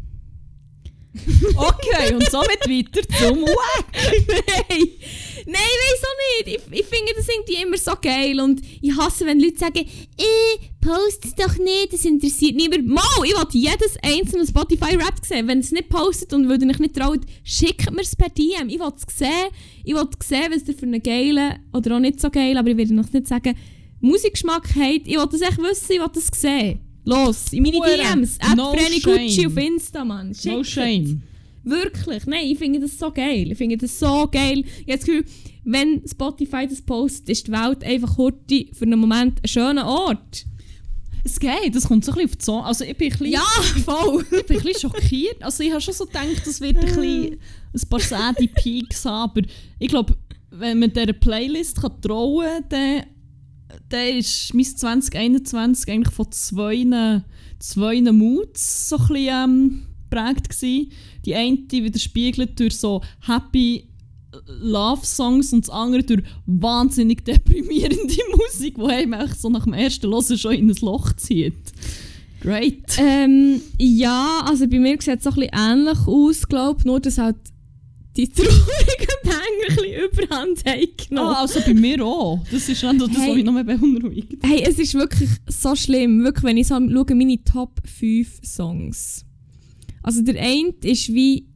Okay, und somit weiter zum Wack. Nein, ich weiß auch nicht. Ich finde das irgendwie immer so geil und ich hasse, wenn Leute sagen, post es doch nicht, das interessiert niemand. Mal, ich will jedes einzelne Spotify-Rap sehen. Wenn es nicht postet und würde euch nicht traut, schickt mir es per DM. Ich will es sehen. Ich will sehen, was ihr für einen geilen oder auch nicht so geil, aber ich werde noch nicht sagen, Musikgeschmack habt. Ich will das echt wissen, ich will das sehen. Los, in meine DMs, @FreniGucci auf Insta, Mann. No shame. Wirklich, nein, ich finde das so geil. Ich habe das Gefühl, wenn Spotify das postet, ist die Welt einfach heute für einen Moment ein schöner Ort. Es geht, das kommt so ein bisschen auf die Zone. Also ich bin ein bisschen... Ja, voll! Ich bin ein bisschen schockiert. Also ich habe schon so gedacht, das wird ein paar sadie Peaks haben, aber ich glaube, wenn man dieser Playlist trauen kann, dann ist mein 2021 eigentlich von zwei Moods so ein bisschen geprägt gewesen. Die eine widerspiegelt durch so happy Love-Songs und das andere durch wahnsinnig deprimierende Musik, die einem so nach dem ersten Hören schon in ein Loch zieht. Great. Ja, also bei mir sieht es so ein bisschen ähnlich aus, glaube ich, nur dass halt die traurigen Banger ein bisschen Überhand haben genommen. Also bei mir auch. Das ist dann das, was mich noch mehr beunruhigt. Hey, es ist wirklich so schlimm, wirklich, wenn ich so schaue, meine Top 5 Songs. Also der eine ist wie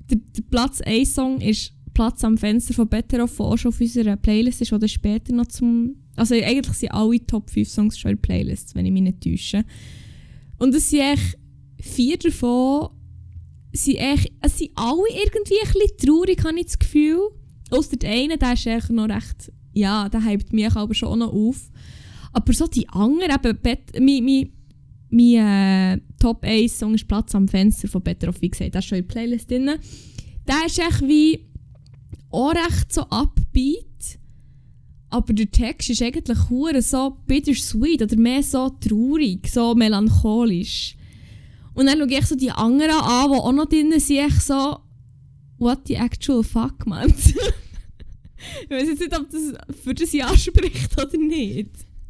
der Platz 1 Song ist Platz am Fenster von Betteroff, der auch schon auf unserer Playlist ist, oder später noch zum... Also eigentlich sind alle Top 5 Songs schon in der Playlist, wenn ich mich nicht täusche. Und es sind echt 4 davon, es sind alle irgendwie ein bisschen traurig, habe ich das Gefühl. Ausser der eine, der ist echt noch recht... Ja, der hypt mich aber schon auch noch auf. Aber so die anderen, eben mein Top 1 Song ist Platz am Fenster von Betteroff, wie gesagt, der ist schon in der Playlist drin. Der ist echt wie auch recht so upbeat, aber der Text ist eigentlich hure so bittersweet oder mehr so traurig, so melancholisch. Und dann schaue ich so die anderen an, die auch noch drin sind, echt so what the actual fuck, man. Ich weiß jetzt nicht, ob das für das Jahr spricht oder nicht.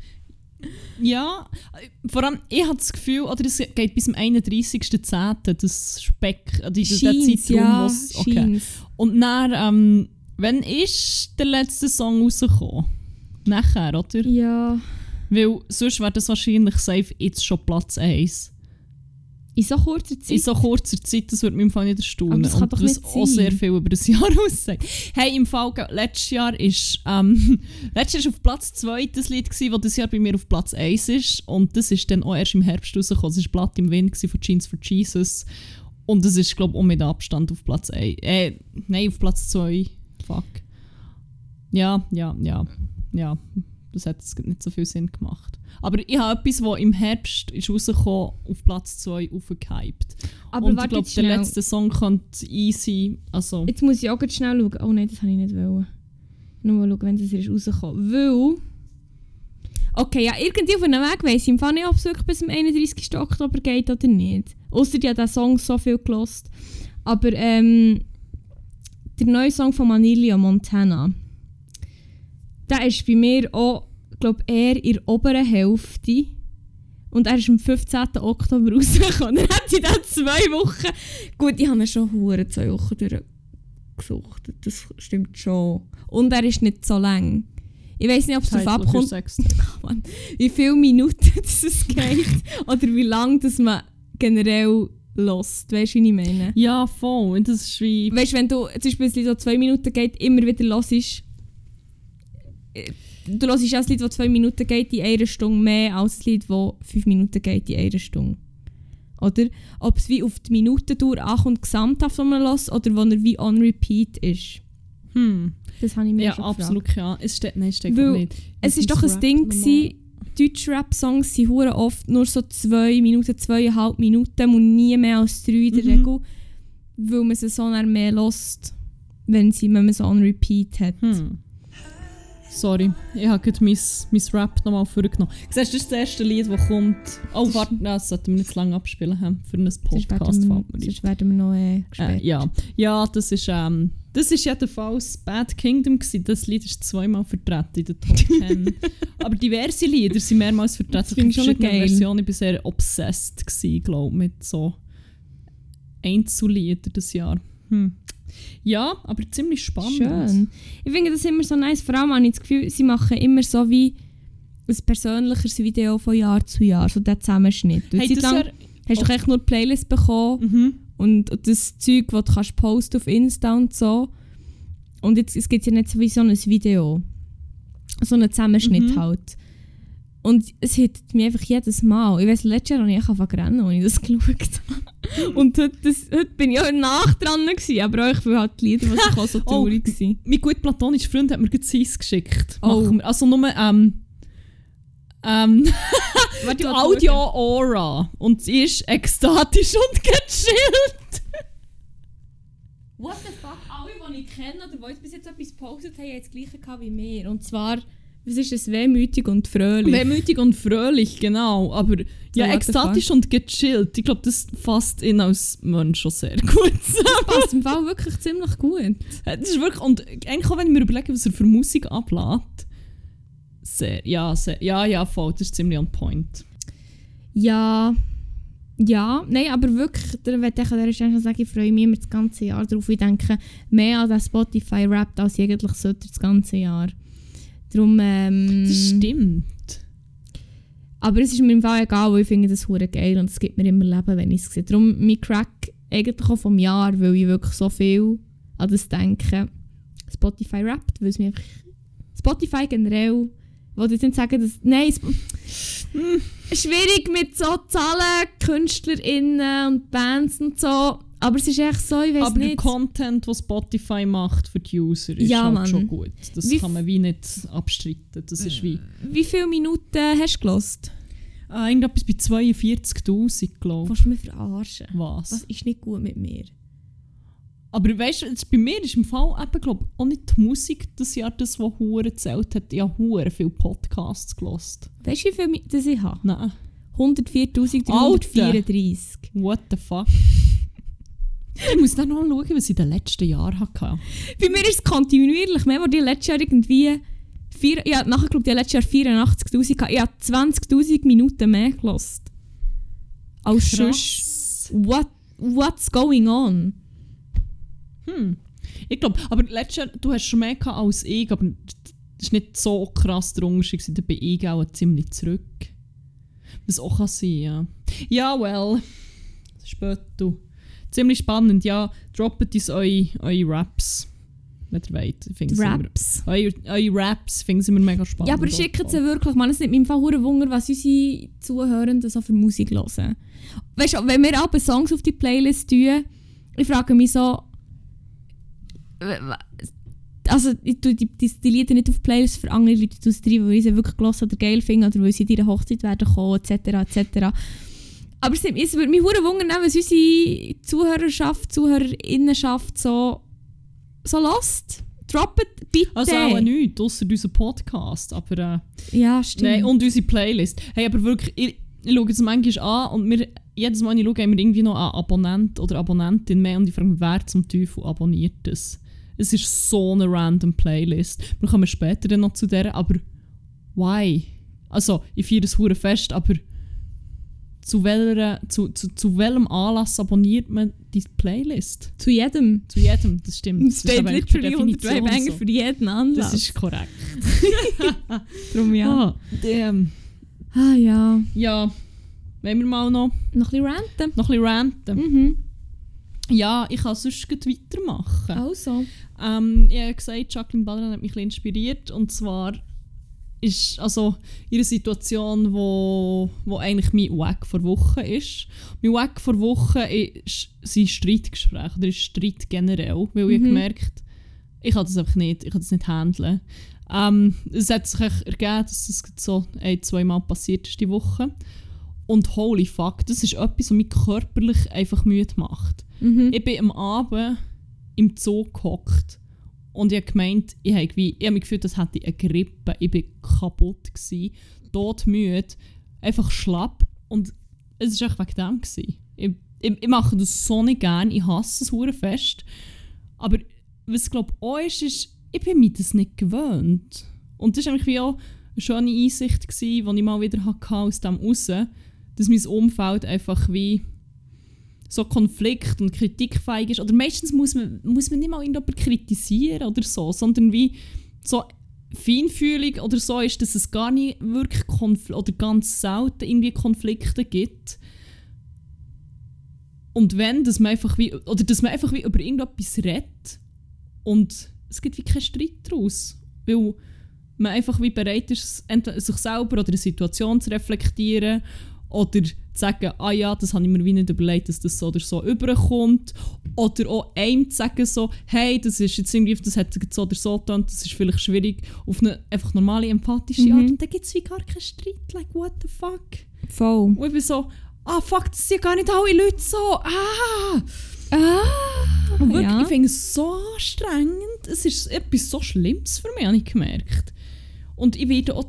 Ja, vor allem, ich habe das Gefühl, oder es geht bis zum 31.10. das Speck, der Zeitraum, ja, okay. Und dann, wann ist der letzte Song rausgekommen? Nachher, oder? Ja. Weil sonst wäre das wahrscheinlich safe jetzt schon Platz 1. In so kurzer Zeit? In so kurzer Zeit, das würde mich im Fall nicht erstaunen. Aber das kann und doch das nicht auch sein. sehr viel über das Jahr aussagt. Hey, im Fall, letztes Jahr ist auf Platz 2 das Lied gewesen, das das Jahr bei mir auf Platz 1 ist. Und das ist dann auch erst im Herbst rausgekommen. Es war Blatt im Wind von Jeans for Jesus. Und das ist, glaube ich, auch mit Abstand auf Platz 1. Nein, auf Platz 2. Fuck. Ja. Das hat jetzt nicht so viel Sinn gemacht. Aber ich habe etwas, das im Herbst ist rausgekommen, auf Platz 2 aufgehypt. Aber und ich glaube, der letzte Song könnte easy... Also. Jetzt muss ich auch ganz schnell schauen. Oh nein, das habe ich nicht wollen. Nur mal schauen, wenn das ist rausgekommen. Weil... Okay, ja, irgendwie auf einem Weg weiss ich im Fall nicht, ob es wirklich bis zum 31. Oktober geht oder nicht. Ausser ich habe diesen Song so viel gehört. Aber der neue Song von Manilio, Montana, der ist bei mir auch, glaube eher in der oberen Hälfte. Und er ist am 15. Oktober rausgekommen. Dann hätte ich dann 2 Wochen... Gut, ich habe ihn schon 2 Wochen durchgesucht. Das stimmt schon. Und er ist nicht so lang. Ich weiss nicht, ob es darauf abkommt, wie viele Minuten es geht. Oder wie lange dass man generell hört. Weißt du, wie ich meine? Ja, voll. Das ist wie... Weißt du, wenn du zum Beispiel so 2 Minuten geht, immer wieder hörst... Du hörst ein Lied, das 2 Minuten geht, in 1 Stunde mehr als ein Lied, das 5 Minuten geht, in 1 Stunde. Oder? Ob es wie auf die Minutendauer ankommt, gesamthaft, wenn man hört, oder wo er wie on repeat ist. Das habe ich mir schon gefragt. Ja, absolut, ja. Es steht nicht. Es ist doch ein Ding gewesen, deutsche Rap-Songs sind hure oft nur so 2 Minuten, 2,5 Minuten und nie mehr als 3 in der Regel, weil man sie so mehr hört, wenn man so on repeat hat. Sorry, ich habe gerade mein Rap nochmal vorgenommen. Siehst du, das ist das erste Lied, das kommt... Oh, warte, das sollten wir nicht zu lange abspielen haben für einen Podcast. Sonst werden wir noch gesperrt. Ja, das ist jedenfalls Bad Kingdom gewesen. Das Lied ist 2-mal vertreten in der Top 10. Aber diverse Lieder sind mehrmals vertreten. Das finde ich schon geil. Versionen. Ich war sehr obsessed, glaube ich, mit so Einzelliedern das Jahr. Ja, aber ziemlich spannend. Schön. Ich finde das immer so nice. Vor allem habe ich das Gefühl, sie machen immer so wie ein persönlicheres Video von Jahr zu Jahr. So der Zusammenschnitt. Hey, hast du doch echt nur die Playlist bekommen und das Zeug, das du kannst posten auf Insta und so. Und jetzt es gibt ja nicht so wie so ein Video. So einen Zusammenschnitt halt. Und es hittet mich einfach jedes Mal. Ich weiss, letztes Jahr habe ich angefangen zu rennen, als ich das geschaut habe. Und heute bin ich auch nach dran gewesen, aber auch für halt die Lieder, die auch so traurig waren. Mein gut platonischer Freund hat mir gerade Eis geschickt. Oh. Also nur die Audio Aura. Und sie ist ekstatisch und gechillt. What the fuck? Alle, die ich kenne oder die bis jetzt etwas gepostet haben, haben das Gleiche gehabt wie mir. Und zwar... Was ist es? Wehmütig und fröhlich. Wehmütig und fröhlich, genau. Aber ja, ekstatisch und gechillt. Ich glaube, das fasst ihn als Mensch schon sehr gut zusammen. Das passt im Fall wirklich ziemlich gut. Das ist wirklich, und eigentlich auch wenn ich mir überlege, was er für Musik ablädt, sehr, voll, das ist ziemlich on point. Ja, nein, aber wirklich, da möchte ich an dieser Stelle sagen, ich freue mich immer das ganze Jahr darauf. Ich denke mehr an den Spotify-Rap als ich eigentlich sollte das ganze Jahr. Darum, das stimmt. Aber es ist mir im Fall egal, weil ich finde das hure geil und es gibt mir immer Leben, wenn ich es sehe. Darum, mein Crack eigentlich auch vom Jahr, weil ich wirklich so viel an das denke. Spotify rappt, weil es mir einfach... Spotify generell... Ich wollte jetzt nicht sagen, dass... Nein, schwierig mit so Zahlen, KünstlerInnen und Bands und so. Aber es ist echt so, ich weiß nicht. Aber der Content, den Spotify macht für die User, ist Ja, halt Mann. schon gut. Das kann man wie nicht abstreiten. Das ist wie... Wie viele Minuten hast du gelost? Irgendetwas bei 42'000, glaube Willst du mich verarschen? ich. Was? Das ist nicht gut mit mir. Aber weißt du, bei mir ist im Fall eben, glaub, auch nicht die Musik das Jahr das, was Hure gezählt hat. Ich habe Hure viele Podcasts gelost. Weißt du, wie viel das ich habe? Nein. 104'334. What the fuck? Ich muss dann noch schauen, was ich in den letzten Jahren hatte. Bei mir ist es kontinuierlich mehr, weil die letztes Jahr irgendwie... nachher glaube ich, die letztes Jahr 84'000 gehabt. Ich habe 20'000 Minuten mehr gelost. Als sonst. What's going on? Ich glaube, aber letztes Jahr, du hast schon mehr gehabt als ich, aber das war nicht so krass der Unterschied. Da bin ich auch ziemlich zurück. Was auch kann sein, ja. Ja, well. Später. Ziemlich spannend, ja. Droppt uns eure Raps. Wenn ihr wollt. Raps? Eure Raps finden sie immer mega spannend. Ja, aber schickt sie wirklich. Man, es nimmt mir im Fall verdammt Wunder, was unsere Zuhörenden so für Musik hören. Weißt du, wenn wir aber Songs auf die Playlist tun, ich frage mich so... Also, ich tue die Lieder nicht auf Playlist für andere Leute rein, weil ich sie wirklich gehört oder geil finde oder weil sie in ihrer Hochzeit werden kommen, etc. etc. Aber es würde mich verdammt wundern, was unsere Zuhörerinnenschaft so lasst. Droppt bitte. Also auch nichts, ausser unserem Podcast. Aber, ja, stimmt. Nein, und unsere Playlist. Hey, aber wirklich, ich schaue es manchmal an und jedes Mal, wenn ich schaue, haben wir irgendwie noch einen Abonnent oder Abonnentin mehr und ich frage mich, wer zum Teufel abonniert das? Es ist so eine random Playlist. Wir kommen später dann noch zu der, aber why? Also, ich feiere es hure fest, aber zu welchem Anlass abonniert man die Playlist? Zu jedem. Zu jedem, das stimmt. Es steht literally 102 Banger für jeden Anlass. Das ist korrekt. Darum ja. Ja. Ja, wollen wir mal noch ein bisschen ranten. Mhm. Ja, ich kann sonst gleich weitermachen. Also. Ich habe gesagt, Jacqueline Ballern hat mich ein bisschen inspiriert. Und zwar ist also ihre Situation, wo eigentlich mein Wack vor Wochen ist. Mein Wack vor Wochen sind Streitgespräche oder ist Streit generell, weil ich gemerkt, ich kann das einfach nicht, ich kann das nicht handeln. Es hat sich ergeben, dass das so 1-2 Mal passiert ist die Woche. Und holy fuck, das ist etwas, was mich körperlich einfach müde macht. Ich bin am Abend im Zoo gehockt und ich habe gemeint, ich habe mich gefühlt, als hätte ich eine Grippe. Ich war kaputt, todmüde, einfach schlapp und es war echt wegen dem. Ich mache das so nicht gerne, ich hasse es hure fest. Aber was ich glaube auch ist, ich bin mir das nicht gewöhnt. Und das war eigentlich wie auch eine schöne Einsicht, die ich mal wieder hatte aus dem raus, dass mein Umfeld einfach wie so konflikt- und kritikfähig ist. Oder meistens muss man nicht mal irgendjemanden kritisieren oder so, sondern wie so feinfühlig oder so ist, dass es gar nicht wirklich oder ganz selten irgendwie Konflikte gibt. Und wenn, dass man einfach wie über irgendetwas redet und es gibt wie keinen Streit daraus. Weil man einfach wie bereit ist, entweder sich selber oder eine Situation zu reflektieren oder zu sagen, ja, das habe ich mir wie nicht überlegt, dass das so oder so überkommt. Oder auch einem zu sagen, so, hey, das ist jetzt irgendwie, das hat so oder so getan, das ist vielleicht schwierig, auf eine einfach normale, empathische Art. Und dann gibt es wie gar keinen Streit. Like, what the fuck? Voll. Und ich bin so, fuck, das sind gar nicht alle Leute so. Und wirklich, ja. Ich finde es so anstrengend. Es ist etwas so Schlimmes für mich, habe ich gemerkt. Und ich werde auch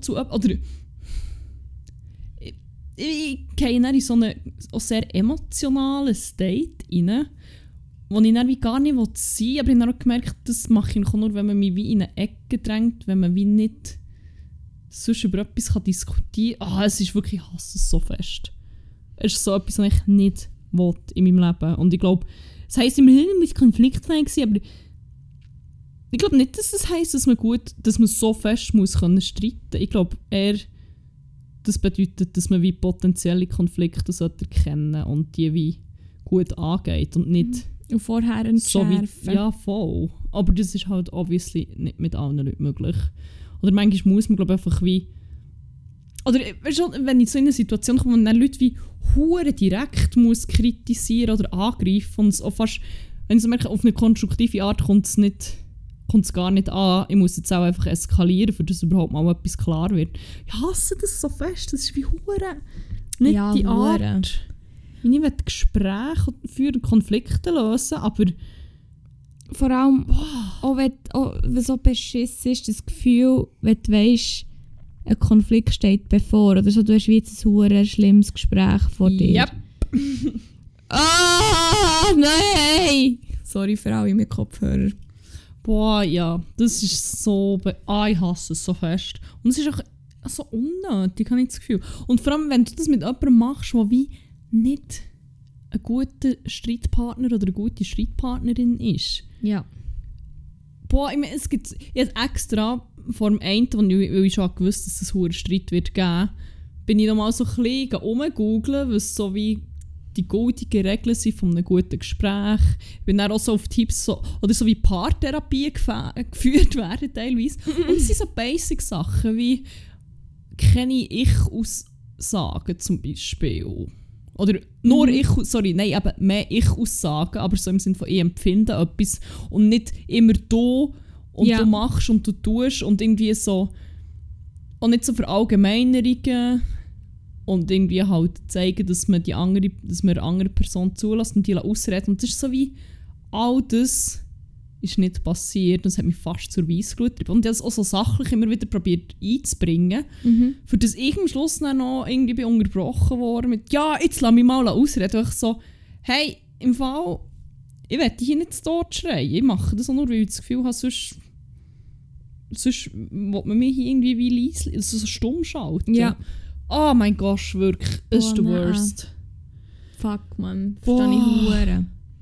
ich gehe dann in so einen sehr emotionalen State rein, wo ich dann wie gar nicht sein will. Aber ich habe dann auch gemerkt, das mache ich nur, wenn man mich wie in eine Ecke drängt, wenn man wie nicht sonst über etwas diskutieren kann. Es ist wirklich, ich hasse es so fest. Es ist so etwas, was ich nicht will in meinem Leben. Und ich glaube, es heisst immer, man muss konfliktfähig sein, aber ich glaube nicht, dass es heisst, dass man so fest muss können streiten. Ich glaube eher, das bedeutet, dass man wie potenzielle Konflikte erkennen sollte und die wie gut angeht und nicht Und vorher so entschärfen. wie... Ja, voll. Aber das ist halt obviously nicht mit allen Leuten möglich. Oder manchmal muss man, glaube ich, einfach wie... Oder weißt du, wenn ich so in eine Situation komme, wo dann Leute wie hure direkt muss kritisieren oder angreifen und es auch fast, wenn sie merken, auf eine konstruktive Art kommt es gar nicht an. Ich muss jetzt auch einfach eskalieren, für dass überhaupt mal etwas klar wird. Ich hasse das so fest. Das ist wie hure nicht Ja, die hure. Art. Ich will Gespräche führen, Konflikte lösen, aber Vor allem, auch wenn so beschissen ist, das Gefühl, wenn du weisst, ein Konflikt steht bevor. Oder so, du hast wie jetzt ein hure schlimmes Gespräch vor dir. Yep. Ah, nein! Sorry für alle mit Kopfhörer. Boah, ja, das ist so... ich hasse es so fest. Und es ist auch so unnötig, habe ich das Gefühl. Und vor allem, wenn du das mit jemandem machst, der wie nicht ein guter Streitpartner oder eine gute Streitpartnerin ist. Ja. Boah, ich meine, ich habe extra vor dem einen, weil ich schon gewusst, dass es einen Streit wird geben, bin ich nochmal so ein bisschen rumgoogeln, was so wie die gültigen Regeln sind von einem guten Gespräch. Ich bin dann auch so auf Tipps, oder so wie Paartherapie geführt werden teilweise. Und es sind so Basic-Sachen wie keine Ich-Aussagen zum Beispiel. Oder nur mehr Ich-Aussagen, aber so im Sinne von ich empfinde etwas und nicht immer du und du machst und du tust und irgendwie so auch nicht so Verallgemeinerungen und irgendwie halt zeigen, dass man eine andere Person zulässt und die ausreden. Und das ist so wie, all das ist nicht passiert und das hat mich fast zur Weissglut getrieben. Und ich habe es auch so sachlich immer wieder probiert einzubringen, für das ich am Schluss dann noch irgendwie bin unterbrochen worden mit «Ja, jetzt lass mich mal ausreden». Und ich so «Hey, im Fall, ich will dich hier nicht zu Tod schreien. Ich mache das auch nur, weil ich das Gefühl habe, sonst will man mich hier irgendwie wie leise, also so stumm schalten». Ja. Oh mein Gott, wirklich, es ist der Worst. Fuck, man. Verstehe ich hure.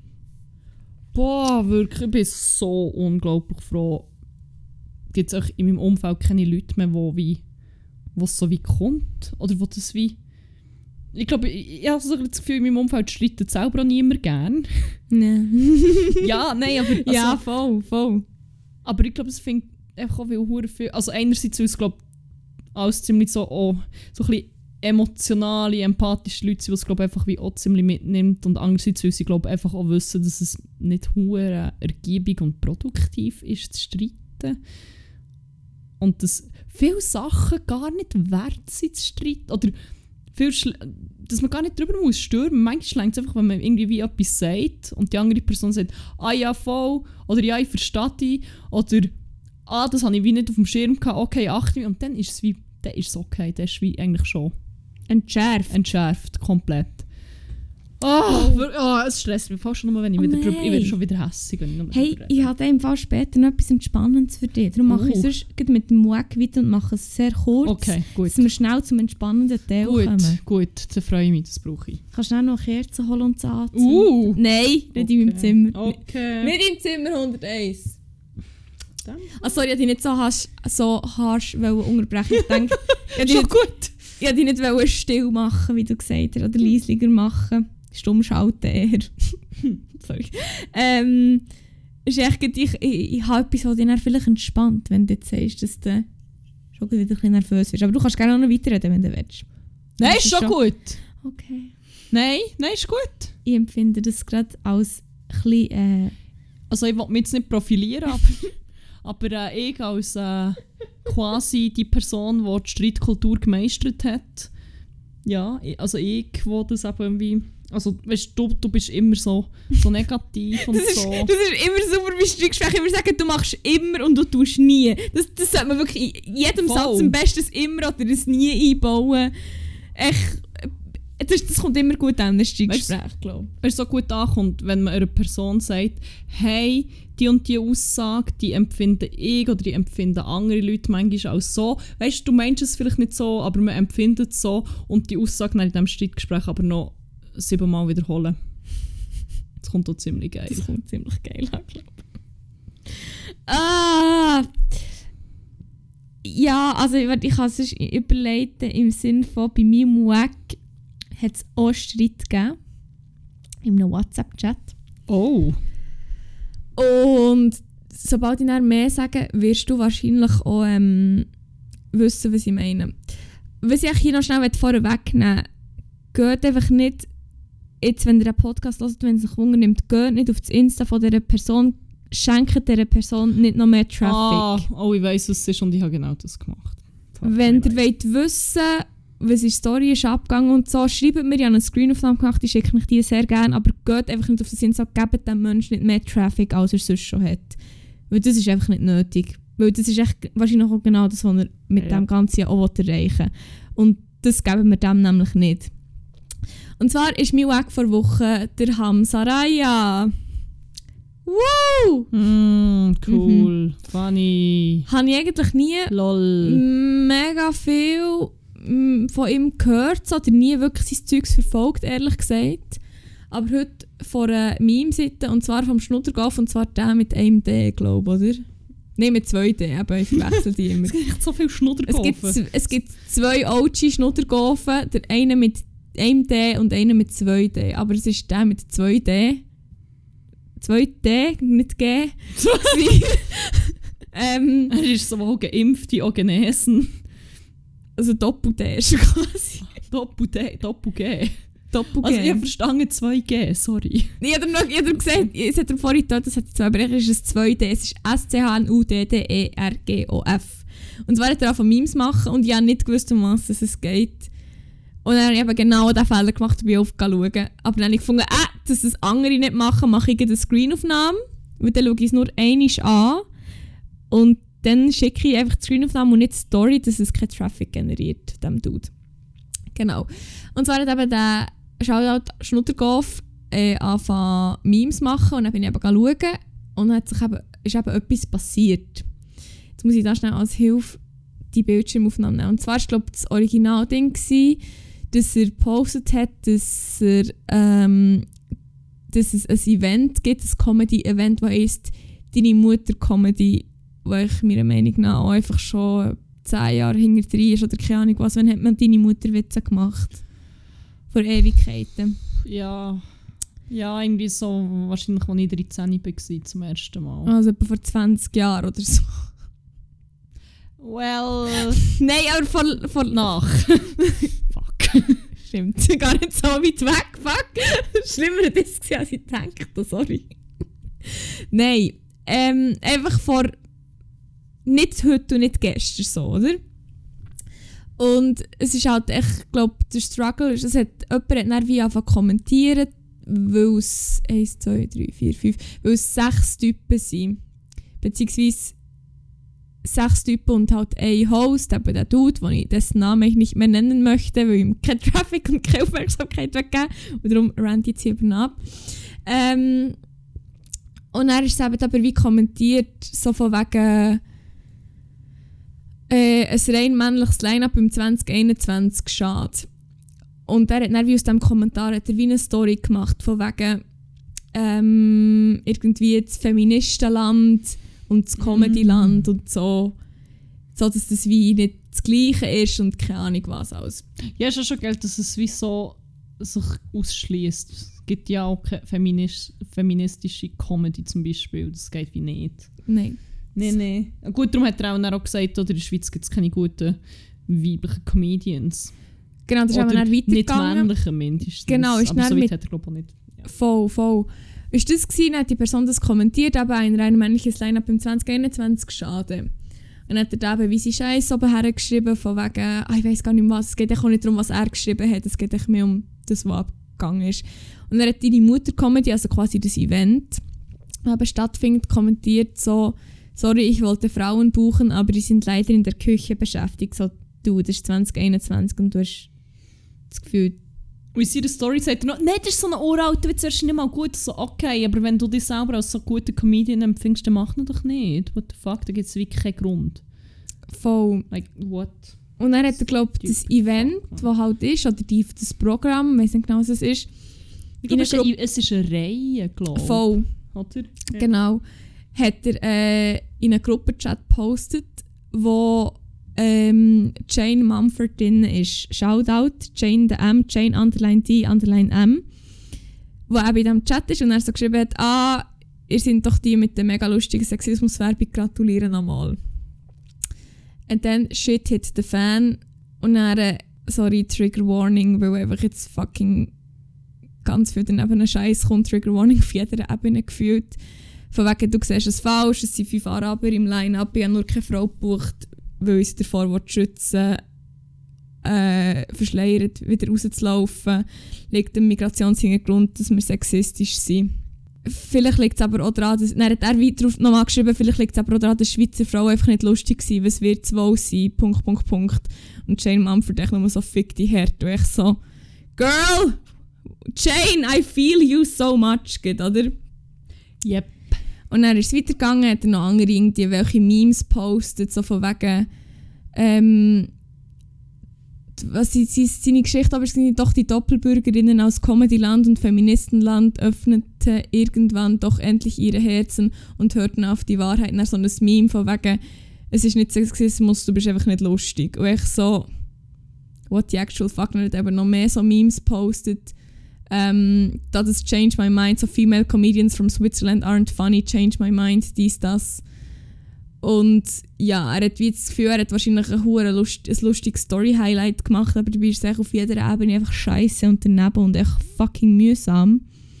Boah, wirklich, ich bin so unglaublich froh. Gibt es auch in meinem Umfeld keine Leute mehr, wo es so wie kommt? Oder wo das wie... Ich glaube, ich habe so das Gefühl, in meinem Umfeld streitet selber auch niemand gern. Nein. Ja, nein, aber... Also, Ja, voll. Aber ich glaube, es fängt einfach auch hure viel... Also einerseits, weil es, glaube alles ziemlich so ein bisschen emotionale, empathische Leute sind, die es, glaube einfach wie auch ziemlich mitnimmt. Und andererseits, weil sie, glaube einfach auch wissen, dass es nicht hure ergiebig und produktiv ist, zu streiten. Und dass viele Sachen gar nicht wert sind, zu streiten. Oder dass man gar nicht drüber muss stürmen. Manchmal reicht es einfach, wenn man irgendwie wie etwas sagt und die andere Person sagt «Ah ja, voll» oder «Ja, ich verstehe dich» oder «Ah, das habe ich wie nicht auf dem Schirm gehabt, okay, achte mich». Und dann ist es wie, dann ist es okay, das ist wie eigentlich schon entschärft, komplett. Es stresst mich fast schon nur, wenn ich wieder drüber... Ich werde schon wieder hässig, wenn ich nur Hey, ich habe im Fall später noch etwas Entspannendes für dich. Darum mache ich sonst gleich mit dem Muck weiter und mache es sehr kurz, Okay, gut. dass wir schnell zum entspannenden Teil kommen. Gut, dann freue ich mich, das brauche ich. Kannst du schnell noch Kerzen holen und anzünden? Nein, nicht in meinem Zimmer. Okay. Nicht im Zimmer 101. Sorry, ich wollte dich nicht so harsch unterbrechen. Ich denke, ich wollte dich nicht still machen, wie du gesagt hast, oder leislicher machen. Stumm schalten eher. Sorry. Ist echt, ich habe etwas, das dich dann vielleicht entspannt, wenn du jetzt sagst, dass du schon wieder ein bisschen nervös bist. Aber du kannst gerne auch noch weiterreden, wenn du willst. Nein, ist schon gut. Okay. Nein, ist gut. Ich empfinde das gerade als ein bisschen... Also ich will mich jetzt nicht profilieren, aber ich als quasi die Person, die die Streitkultur gemeistert hat, ja, also ich, wo das eben irgendwie... Also weißt du bist immer so negativ und so. Das ist immer super bei Streitgesprächen. Immer sagen, du machst immer und du tust nie. Das sollte man wirklich in jedem Satz am besten das immer oder das nie einbauen. Das kommt immer gut an, das Streitgespräch, glaube ich. Wenn es so gut ankommt, wenn man einer Person sagt, hey, die und die Aussage, die empfinde ich oder die empfinden andere Leute manchmal auch so. Weißt du, meinst es vielleicht nicht so, aber man empfindet es so und die Aussage dann in diesem Streitgespräch aber noch 7-mal wiederholen. Das kommt auch ziemlich geil. Das kommt ziemlich geil an, glaube ich. Ja, also ich kann es überleiten im Sinne von, bei meinem Wack hat es auch Streit gegeben. in einem WhatsApp-Chat. Oh. Und sobald ich dann mehr sage, wirst du wahrscheinlich auch wissen, was ich meine. Was ich hier noch schnell vorher wegnehmen will, geht einfach nicht, jetzt, wenn ihr den Podcast hört, wenn es euch Wunder nimmt, geht nicht auf das Insta von dieser Person, schenkt dieser Person nicht noch mehr Traffic. Ich weiss, was es ist und ich habe genau das gemacht. Wenn ihr wollt wissen, was in der Story ist abgegangen und so, schreibt mir, ich habe eine Screenaufnahme gemacht, ich schicke euch die sehr gerne, aber geht einfach nicht auf das Insta, gebt dem Menschen nicht mehr Traffic, als er sonst schon hat. Weil das ist einfach nicht nötig. Weil das ist echt wahrscheinlich auch genau das, was er mit dem Ganzen auch erreichen will. Und das geben wir dem nämlich nicht. Und zwar ist mein Weg vor Woche der Hamza Raya. Woo! Cool. Funny. Habe ich eigentlich nie mega viel von ihm gehört, oder nie wirklich sein Zeugs verfolgt, ehrlich gesagt. Aber heute von einer Meme-Seite, und zwar vom Schnuddergolf, und zwar der mit einem D, glaube ich, oder? Nein, mit 2D, aber ich verwechsel die immer. Es gibt echt so viele Schnuddergolfen. Es gibt 2 OG-Schnuddergolfen, der eine mit einem D und einer mit 2D. Aber es ist der mit 2D. 2D, nicht G. Er ist sowohl geimpft wie auch genesen. Also Doppel-D ist quasi. Doppel-G. Doppel-G. Also ich habe verstanden 2G, sorry. Ich habe gesagt, es hat vorhin gedacht, das hat zwei Bereiche, es ist 2D, es ist SCHNUDDERGOF. Und zwar hat er von Memes machen und ich habe nicht gewusst, um was es geht. Und dann habe ich eben genau diesen Fehler gemacht und bin aufgeschaut. Aber dann habe ich gefunden, dass das andere nicht machen, mache ich eine Screenaufnahme. Weil dann schaue ich es nur einmal an. Und dann schicke ich einfach die Screenaufnahme und nicht die Story, dass es kein Traffic generiert, dem Dude. Genau. Und zwar hat eben der Shoutout Schnuddergolf angefangen Memes machen und dann bin ich eben schauen und dann ist eben etwas passiert. Jetzt muss ich da schnell als Hilfe die Bildschirmaufnahme nehmen. Und zwar war, glaube ich, das Originalding, dass er gepostet hat, dass es ein Event gibt, ein Comedy-Event, das heisst «Deine Mutter-Comedy», wo ich meiner Meinung nach auch einfach schon 10 Jahre hinter 3 ist oder keine Ahnung was. Wann hat man «Deine Mutter-Witze» gemacht? Vor Ewigkeiten. Ja, irgendwie so, wahrscheinlich als ich 13 war zum ersten Mal. Also etwa vor 20 Jahren oder so. Well... Nein, aber von nach. Fuck. Stimmt, gar nicht so weit weg. Fuck. Schlimmer das war, als ich dachte. Sorry. Nein, einfach vor... Nicht heute und nicht gestern so, oder? Und es ist halt echt, ich glaube, der Struggle ist, jemand hat dann wie angefangen kommentieren, weil es 1, 2, 3, 4, 5, weil es 6 Typen sind. Beziehungsweise 6 Typen und halt ein Host, eben der Dude, dessen Namen ich nicht mehr nennen möchte, weil ihm kein Traffic und keine Aufmerksamkeit weggeben. Und darum rant ich jetzt hier eben ab. Und dann ist es eben aber wie kommentiert, so von wegen ein rein männliches Line-Up im 2021 schade. Und er hat dann wie aus diesem Kommentar hat er wie eine Story gemacht, von wegen irgendwie das Feministenland und das Comedyland und so. So, dass das wie nicht das Gleiche ist und keine Ahnung was alles. Ja, ist ja schon geil, dass es wie so sich ausschließt. Es gibt ja auch keine feministische Comedy zum Beispiel. Das geht wie nicht. Nein. Nein. Gut, darum hat er auch gesagt, oder in der Schweiz gibt es keine guten weiblichen Comedians. Genau, das ist aber dann weitergegangen. Nicht männliche mindestens. Genau, ist aber dann so weit mit hat er glaube ich nicht. Ja. Voll. Ist das gewesen, dann hat die Person das kommentiert, eben ein rein männliches Line-Up im 2021 schade. Und dann hat er da eben wie sie Scheiß oben hergeschrieben, von wegen, ich weiss gar nicht mehr was, es geht auch nicht darum, was er geschrieben hat, es geht echt mehr um das, was abgegangen ist. Und dann hat die Mutter-Comedy, also quasi das Event, das eben stattfindet, kommentiert so, sorry, ich wollte Frauen buchen, aber die sind leider in der Küche beschäftigt. So, du, das ist 2021 und du hast das Gefühl... Und in seiner Story sagt er noch, nein, das ist so ein uralter Witz, das ist nicht mal gut. So, okay, aber wenn du dich selber als so guter Comedian empfindest, dann mach ihn doch nicht. What the fuck, da gibt es wirklich keinen Grund. Voll. Like, what? Und dann hat er, glaube ich, das Event, das halt ist, oder das Programm, ich weiss nicht genau, was es ist. Ich glaube, es ist eine Reihe, glaube ich. Voll. Oder? Ja. Genau. Hat er in einen Gruppenchat gepostet, wo Jane Mumford drin ist. Shoutout, Jane the M, Jane _D _M. wo eben in diesem Chat ist und er so geschrieben hat, ihr seid doch die mit der mega lustigen Sexismuswerbung, gratulieren nochmal. Und dann shit hit the fan und dann, sorry, Trigger Warning, weil einfach jetzt fucking ganz viel daneben Scheiß kommt, Trigger Warning auf jeder Ebene gefühlt. Von wegen, du siehst es falsch, es sind 5 Araber im Line-Up, ich habe nur keine Frau gebucht, weil ich sie davor schützen will, verschleiert wieder rauszulaufen, liegt im Migrationshintergrund, dass wir sexistisch sind. Vielleicht liegt es aber auch daran, dann hat er weiter nochmal geschrieben, vielleicht liegt es aber auch daran, dass Schweizer Frauen einfach nicht lustig waren, was wird es wohl sein, ... Und Jane Mumford echt nur so fick die Herd. Und ich so, Girl, Jane, I feel you so much, oder? Yep. Und dann ist es weitergegangen, hat er noch andere welche Memes postet, so von wegen, seine Geschichte aber sind doch die Doppelbürgerinnen aus Comedy-Land und Feministenland öffneten irgendwann doch endlich ihre Herzen und hörten auf die Wahrheit. Und dann so ein Meme von wegen, es ist nicht Sexismus, du bist einfach nicht lustig. Und ich so, what the actual fuck, und hat eben noch mehr so Memes postet. That has changed my mind, so female comedians from Switzerland aren't funny, change my mind, dies, das. Und ja, er hat wie das Gefühl, er hat wahrscheinlich ein lustiges Story-Highlight gemacht, aber dabei ist es auf jeder Ebene einfach scheiße und daneben und echt fucking mühsam.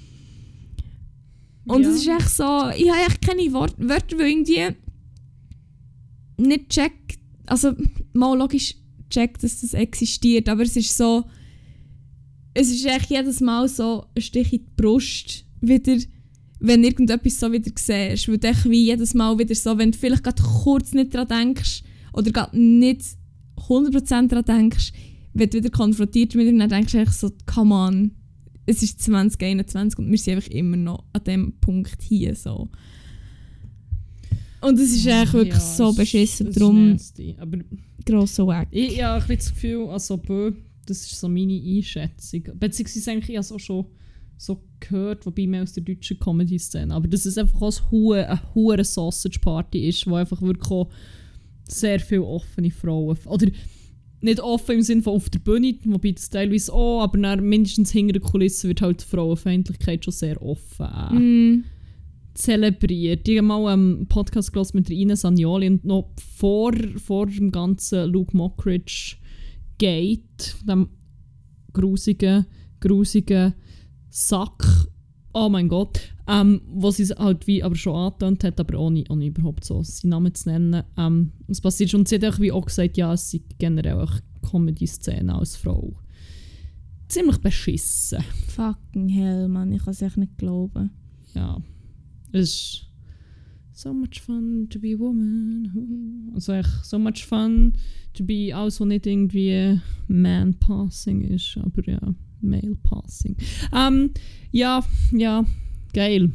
Und es ist echt so, ich habe echt keine Wörter, die irgendwie nicht checkt, also mal logisch checkt, dass das existiert, aber es ist so, es ist echt jedes Mal so ein Stich in die Brust, wieder, wenn irgendetwas so wieder siehst. Weil du wie jedes Mal wieder so, wenn du vielleicht gerade kurz nicht daran denkst oder gerade nicht 100% daran denkst, wenn du wieder konfrontiert mit ihm, dann denkst du echt so, come on, es ist 2021 und wir sind einfach immer noch an dem Punkt hier. So. Und es ist eigentlich wirklich so beschissen, darum grosser Wack. Ich habe ein bisschen das Gefühl, also das ist so meine Einschätzung. Beziehungsweise eigentlich, ich habe es auch schon so gehört, wobei mehr aus der deutschen Comedy-Szene. Aber dass es einfach auch eine hure Sausage-Party ist, wo einfach wirklich auch sehr viele offene Frauen... Oder nicht offen im Sinne von auf der Bühne, wobei das teilweise auch, aber dann mindestens hinter der Kulisse wird halt die Frauenfeindlichkeit schon sehr offen zelebriert. Ich habe mal einen Podcast gehört mit Ines Agnoli und noch vor dem ganzen Luke Mockridge Gate, dem grusigen Sack, oh mein Gott, wo sie halt wie aber schon angetönt hat, aber ohne überhaupt so seinen Namen zu nennen. Es passiert schon, und sie hat auch, wie auch gesagt, ja, es sei generell auch Comedy-Szene als Frau ziemlich beschissen. Fucking hell, Mann, ich kann es echt nicht glauben. Ja, es ist so much fun to be a woman. Also echt so much fun to be alles, was nicht irgendwie man-passing ist, aber ja, male-passing. Ja, geil.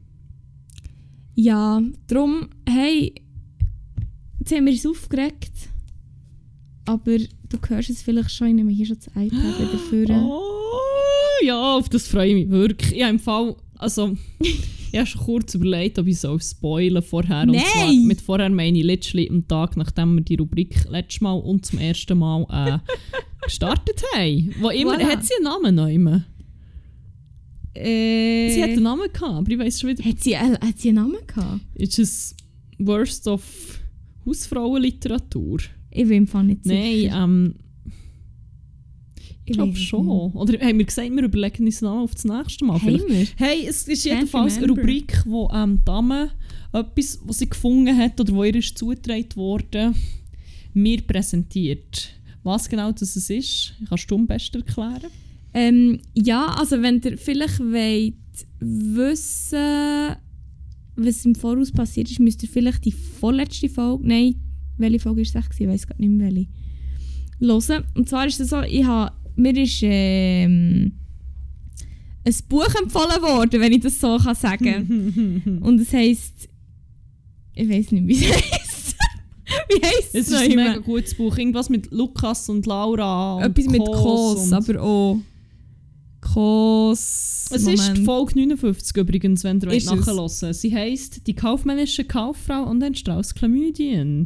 Ja, darum, hey, jetzt haben wir uns aufgeregt, aber du hörst es vielleicht schon, ich nehme hier schon das iPad wieder vor. Oh, ja, auf das freue ich mich wirklich. Ich habe im Fall, also... Ich habe schon kurz überlegt, ob ich so spoilern vorher. Nein! Und zwar mit vorher meine ich literally am Tag, nachdem wir die Rubrik letztes Mal und zum ersten Mal gestartet haben. Wo immer, Voilà. Hat sie einen Namen noch immer? Sie hat einen Namen gehabt, aber ich weiss schon wieder. Hat sie einen Namen gehabt? Ist es Worst of Hausfrauenliteratur? Ich will im Fall nicht sicher. Nein, ich glaube weiss schon. nicht. Oder haben wir gesagt, wir überlegen uns noch auf das nächste Mal? Haben wir? Hey, es ist jedenfalls eine remember. Rubrik, wo Dame etwas, was sie gefunden hat oder wo ihr ist zugetragen worden, mir präsentiert. Was genau das ist, kannst du am besten erklären? Ja, also wenn ihr vielleicht wollt wissen, was im Voraus passiert ist, müsst ihr vielleicht die vorletzte Folge, nein, welche Folge war es echt? Ich weiss gar nicht mehr welche, hören. Und zwar ist es so, mir ist ein Buch empfohlen worden, wenn ich das so sagen kann. Und es heisst, ich weiss nicht, wie es heisst. Wie heisst es? Es ist ein mega gutes Buch. Irgendwas mit Lukas und Laura. Und etwas mit Kos, aber auch Kos. Es ist Folge 59 übrigens, wenn ihr euch Ist nachhören. Sie heisst «Die kaufmännische Kauffrau und ein Strauß Chlamydien».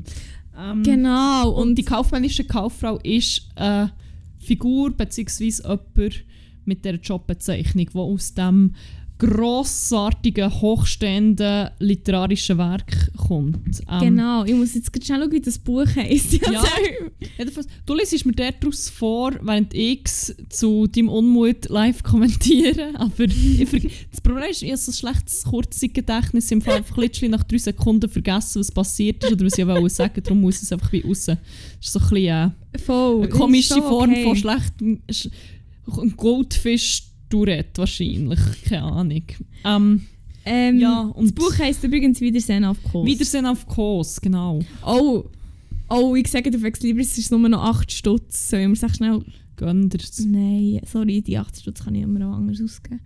Genau. Und die kaufmännische Kauffrau ist eine Figur bzw. jemand, mit dieser Jobbezeichnung, die aus dem grossartigen, hochstehenden literarischen Werk kommt. Genau, ich muss jetzt schnell schauen, wie das Buch heisst. Ja, jedenfalls, du liest mir daraus vor, während ich zu deinem Unmut live kommentiere. Aber das Problem ist, ich habe so ein schlechtes Kurzzeitgedächtnis. Im Fall einfach literally nach 3 Sekunden vergessen, was passiert ist oder was ich wollte sagen. Darum muss es einfach wie raus. Das ist so ein bisschen eine komische Form von schlechtem Goldfisch. Tourette wahrscheinlich, keine Ahnung. Ja, und das Buch heisst übrigens «Wiedersehen auf Kos». «Wiedersehen auf Kos», genau. Oh, ich sage dir fix lieber, es ist nur noch 8 Stutz. Sollen wir es echt schnell... Gönn dir's. Nein, sorry, die 8 Stutz kann ich immer noch anders ausgeben.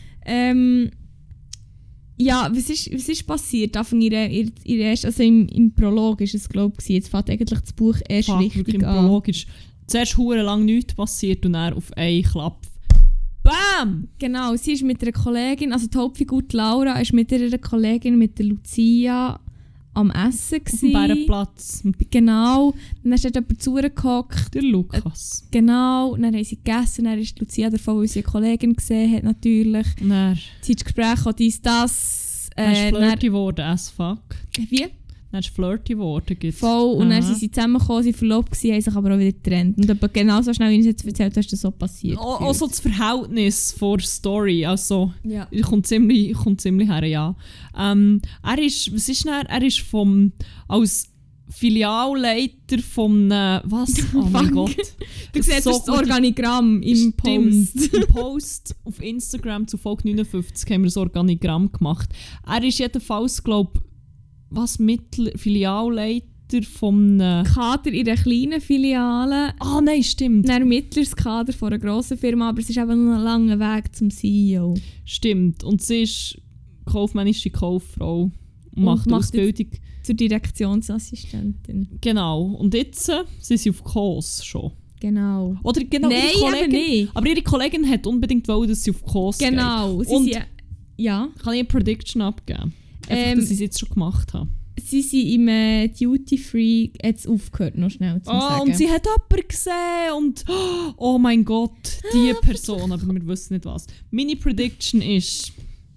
Ja, was ist passiert? Also im Prolog ist es, glaube ich, jetzt fängt eigentlich das Buch erst richtig im an. Im Prolog ist zuerst lang nichts passiert und dann auf einen Klapp. Bam! Genau, sie ist mit einer Kollegin, also die Hauptfigur die Laura, ist mit ihrer Kollegin, mit der Lucia, am Essen Auf dem Bärenplatz. Genau, dann ist dort jemand zugehockt. Der Lukas. Genau, dann haben sie gegessen, dann ist Lucia davon, weil sie eine Kollegin gesehen hat, natürlich. Dann Sie hat das Gespräch, dies, das. Dann ist flirty geworden, as fuck. Wie? Dann ist flirty geworden. Voll, und dann sind sie zusammengekommen, sie verlobt gewesen, haben sich aber auch wieder getrennt. Und aber genau so schnell, wie ich es jetzt erzählt habe, ist das so passiert. Auch so das Verhältnis vor der Story, also ja. kommt ziemlich her, ja. Er ist als Filialleiter von was? Oh mein Gott. Du siehst so das Organigramm im Post. Im Post auf Instagram zu Folge 59 haben wir das Organigramm gemacht. Er ist jedenfalls, glaube ich, Filialleiter von Kader in einer kleinen Filiale. Ah, nein, stimmt. Ein mittleres Kader von einer grossen Firma, aber es ist eben noch ein langer Weg zum CEO. Stimmt. Und sie ist kaufmännische Kauffrau und macht Ausbildung zur Direktionsassistentin. Genau. Und jetzt sind sie auf Kos schon. Genau. Oder genau, nein, ihre Kollegin, nicht. Aber ihre Kollegin hat unbedingt wollen, dass sie auf Kos geht. Genau. Und ja. Kann ich eine Prediction abgeben? Einfach, dass ich es jetzt schon gemacht habe. Sie sind im Duty Free jetzt aufgehört, noch schnell zu sagen. Und sie hat jemanden gesehen und oh mein Gott, die Person, aber wir wissen nicht was. Meine Prediction ist,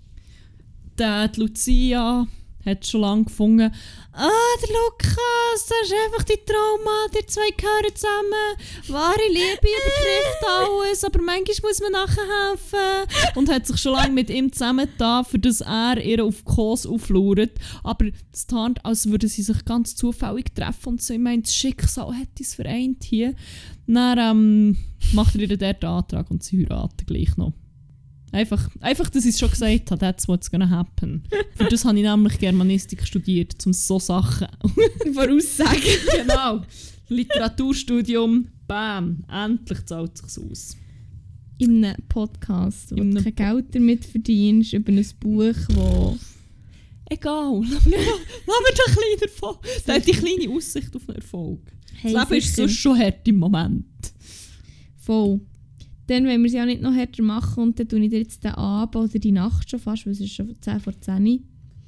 die Lucia hat schon lange gefunden, der Lukas, das ist einfach die Trauma, die 2 gehören zusammen, wahre Liebe übertrifft alles, aber manchmal muss man nachhelfen. Und hat sich schon lange mit ihm zusammengetan, für dass er ihr auf Kos auflauert. Aber es tarnt, als würden sie sich ganz zufällig treffen und so, ich meine, das Schicksal hat uns vereint hier. Dann macht er ihr dort den Antrag und sie heiraten gleich noch. Einfach, dass ich es schon gesagt habe, that's what's gonna happen. Für das habe ich nämlich Germanistik studiert, um so Sachen voraussagen. Genau. Literaturstudium, bam, endlich zahlt es sich aus. In einem Podcast, wo du kein Geld damit verdienst, über ein Buch, wo... Egal, lass mir doch ein bisschen davon. Da hat die kleine Aussicht auf einen Erfolg. Hey, das Leben ist sonst schon hart im Moment. Voll. Dann wollen wir es ja nicht noch härter machen und dann tue ich dir jetzt den Abend oder die Nacht schon fast, weil es ist schon 10 vor 10 Uhr,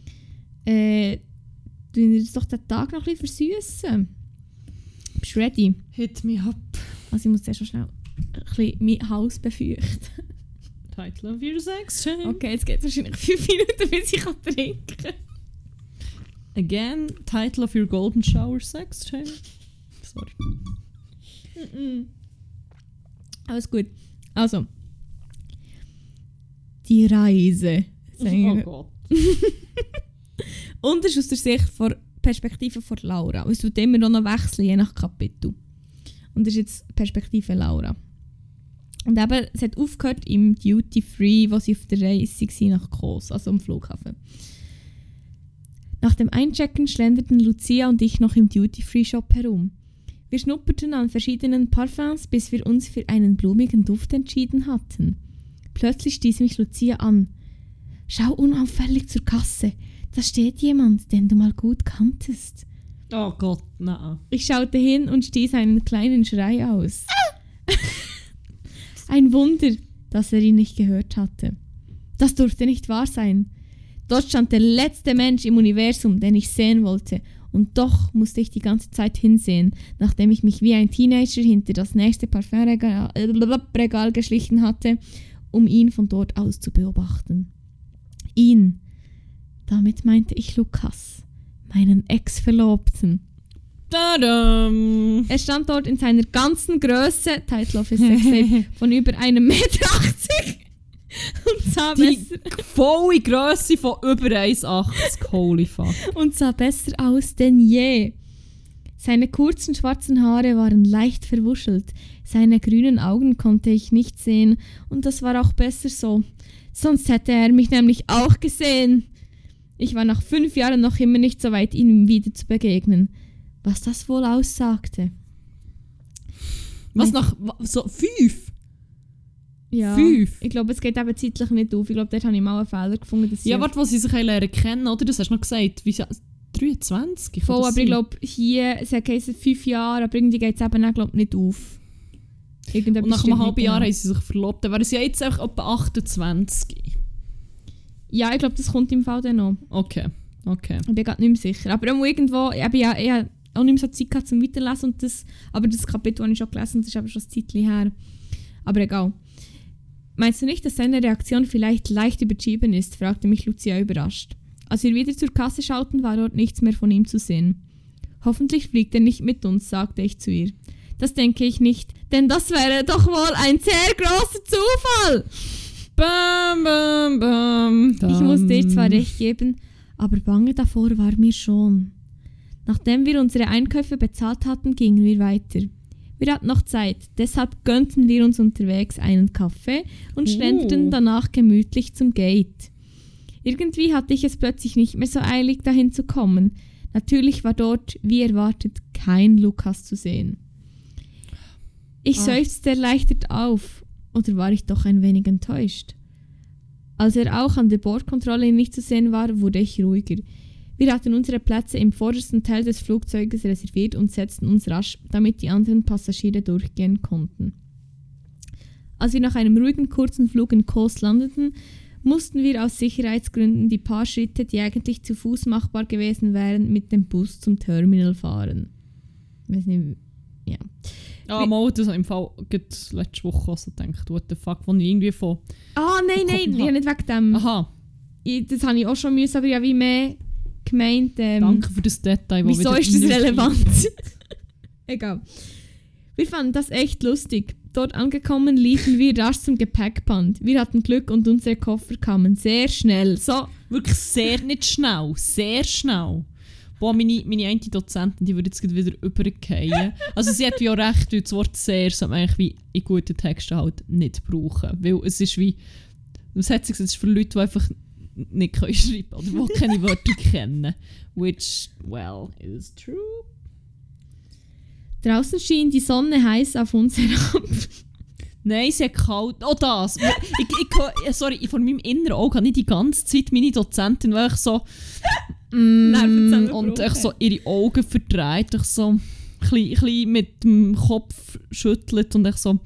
tue ich dir doch den Tag noch ein bisschen versüssen. Bist du ready? Hit me up. Also ich muss zuerst schon schnell ein bisschen mein Haus befeuchten. Title of your sex change. Okay, jetzt geht es wahrscheinlich 5 Minuten, bis ich trinken kann. Again, title of your golden shower sex change. Sorry. Alles gut. Also. Die Reise. Oh Gott. Und das ist aus der Sicht von Perspektive von Laura. Es wird immer noch wechseln, je nach Kapitel. Und das ist jetzt die Perspektive Laura. Und eben, es hat aufgehört im Duty Free, wo sie auf der Reise waren nach Kos, also am Flughafen. Nach dem Einchecken schlenderten Lucia und ich noch im Duty Free Shop herum. Wir schnupperten an verschiedenen Parfums, bis wir uns für einen blumigen Duft entschieden hatten. Plötzlich stieß mich Lucia an. »Schau unauffällig zur Kasse. Da steht jemand, den du mal gut kanntest.« Oh Gott, nein. Ich schaute hin und stieß einen kleinen Schrei aus. Ein Wunder, dass er ihn nicht gehört hatte. Das durfte nicht wahr sein. Dort stand der letzte Mensch im Universum, den ich sehen wollte. Und doch musste ich die ganze Zeit hinsehen, nachdem ich mich wie ein Teenager hinter das nächste Parfümregal geschlichen hatte, um ihn von dort aus zu beobachten. Ihn. Damit meinte ich Lukas, meinen Ex-Verlobten. Tadam! Er stand dort in seiner ganzen Größe, Title of his Sextape, von über 1,80 Meter und sah besser, Die volle Grösse von über 1,80. Holy fuck. und sah besser aus denn je. Seine kurzen schwarzen Haare waren leicht verwuschelt, seine grünen Augen konnte ich nicht sehen und das war auch besser so. Sonst hätte er mich nämlich auch gesehen. Ich war nach 5 Jahren noch immer nicht so weit, ihm wieder zu begegnen. Was das wohl aussagte. Was nach so 5? Ja, 5? ich glaube, es geht eben zeitlich nicht auf. Ich glaube, dort habe ich mal einen Fehler gefunden. Dass Ja, warte, wo sie sich lernen kennen, oder? Das hast du noch gesagt. Wie 23? voll, aber ich glaube, hier, es hat geheißen 5 Jahre, aber irgendwie geht es eben auch, glaube nicht auf. Und nach einem halben Jahr haben sie sich verlobt. Dann wären sie jetzt einfach etwa 28. Ja, ich glaube, das kommt im Fall dann noch. Okay. Ich bin gerade nicht mehr sicher. Aber irgendwo, ich habe auch nicht mehr so Zeit gehabt zum Weiterlesen. Aber das Kapitel habe ich schon gelesen, das ist aber schon ein Zeitchen her. Aber egal. Meinst du nicht, dass seine Reaktion vielleicht leicht übertrieben ist? Fragte mich Lucia überrascht. Als wir wieder zur Kasse schauten, war dort nichts mehr von ihm zu sehen. Hoffentlich fliegt er nicht mit uns, sagte ich zu ihr. Das denke ich nicht, denn das wäre doch wohl ein sehr großer Zufall. Bam, bam, bam. Ich musste ihr zwar recht geben, aber bange davor war mir schon. Nachdem wir unsere Einkäufe bezahlt hatten, gingen wir weiter. Wir hatten noch Zeit, deshalb gönnten wir uns unterwegs einen Kaffee und schlenderten danach gemütlich zum Gate. Irgendwie hatte ich es plötzlich nicht mehr so eilig, dahin zu kommen. Natürlich war dort, wie erwartet, kein Lukas zu sehen. Ich seufzte erleichtert auf, oder war ich doch ein wenig enttäuscht? Als er auch an der Bordkontrolle nicht zu sehen war, wurde ich ruhiger. Wir hatten unsere Plätze im vordersten Teil des Flugzeuges reserviert und setzten uns rasch, damit die anderen Passagiere durchgehen konnten. Als wir nach einem ruhigen kurzen Flug in Kos landeten, mussten wir aus Sicherheitsgründen die paar Schritte, die eigentlich zu Fuß machbar gewesen wären, mit dem Bus zum Terminal fahren. Ich weiß nicht, ja. Ah, mal, das habe ich im Fall letzte Woche auch so gedacht, what the fuck, wo ich irgendwie von... Nein, ich habe nicht wegen dem. Aha. Das habe ich auch schon müssen, aber ich habe wie mehr gemeint. Danke für das Detail. Wieso ist das relevant? Egal. Wir fanden das echt lustig. Dort angekommen liefen wir rasch zum Gepäckband. Wir hatten Glück und unsere Koffer kamen sehr schnell. So. Wirklich sehr, nicht schnell, sehr schnell. Boah, meine eine Dozentin, die würde jetzt wieder übergehen. Also sie hat ja auch recht, weil das Wort «sehr» sollte man eigentlich wie in guten Texten halt nicht brauchen. Weil es ist wie, was hat sie gesagt, es ist für Leute, die einfach nicht schreiben können oder die keine Wörter kennen. Which, well, is true. Draußen schien die Sonne heiß auf uns herab. Nein, sie hat kalt. Oh, das! Sorry, von meinem inneren Auge habe ich die ganze Zeit meine Dozentin, weil ich so... und ich so ihre Augen verdreht, ich so ein bisschen mit dem Kopf schüttelt und ich so...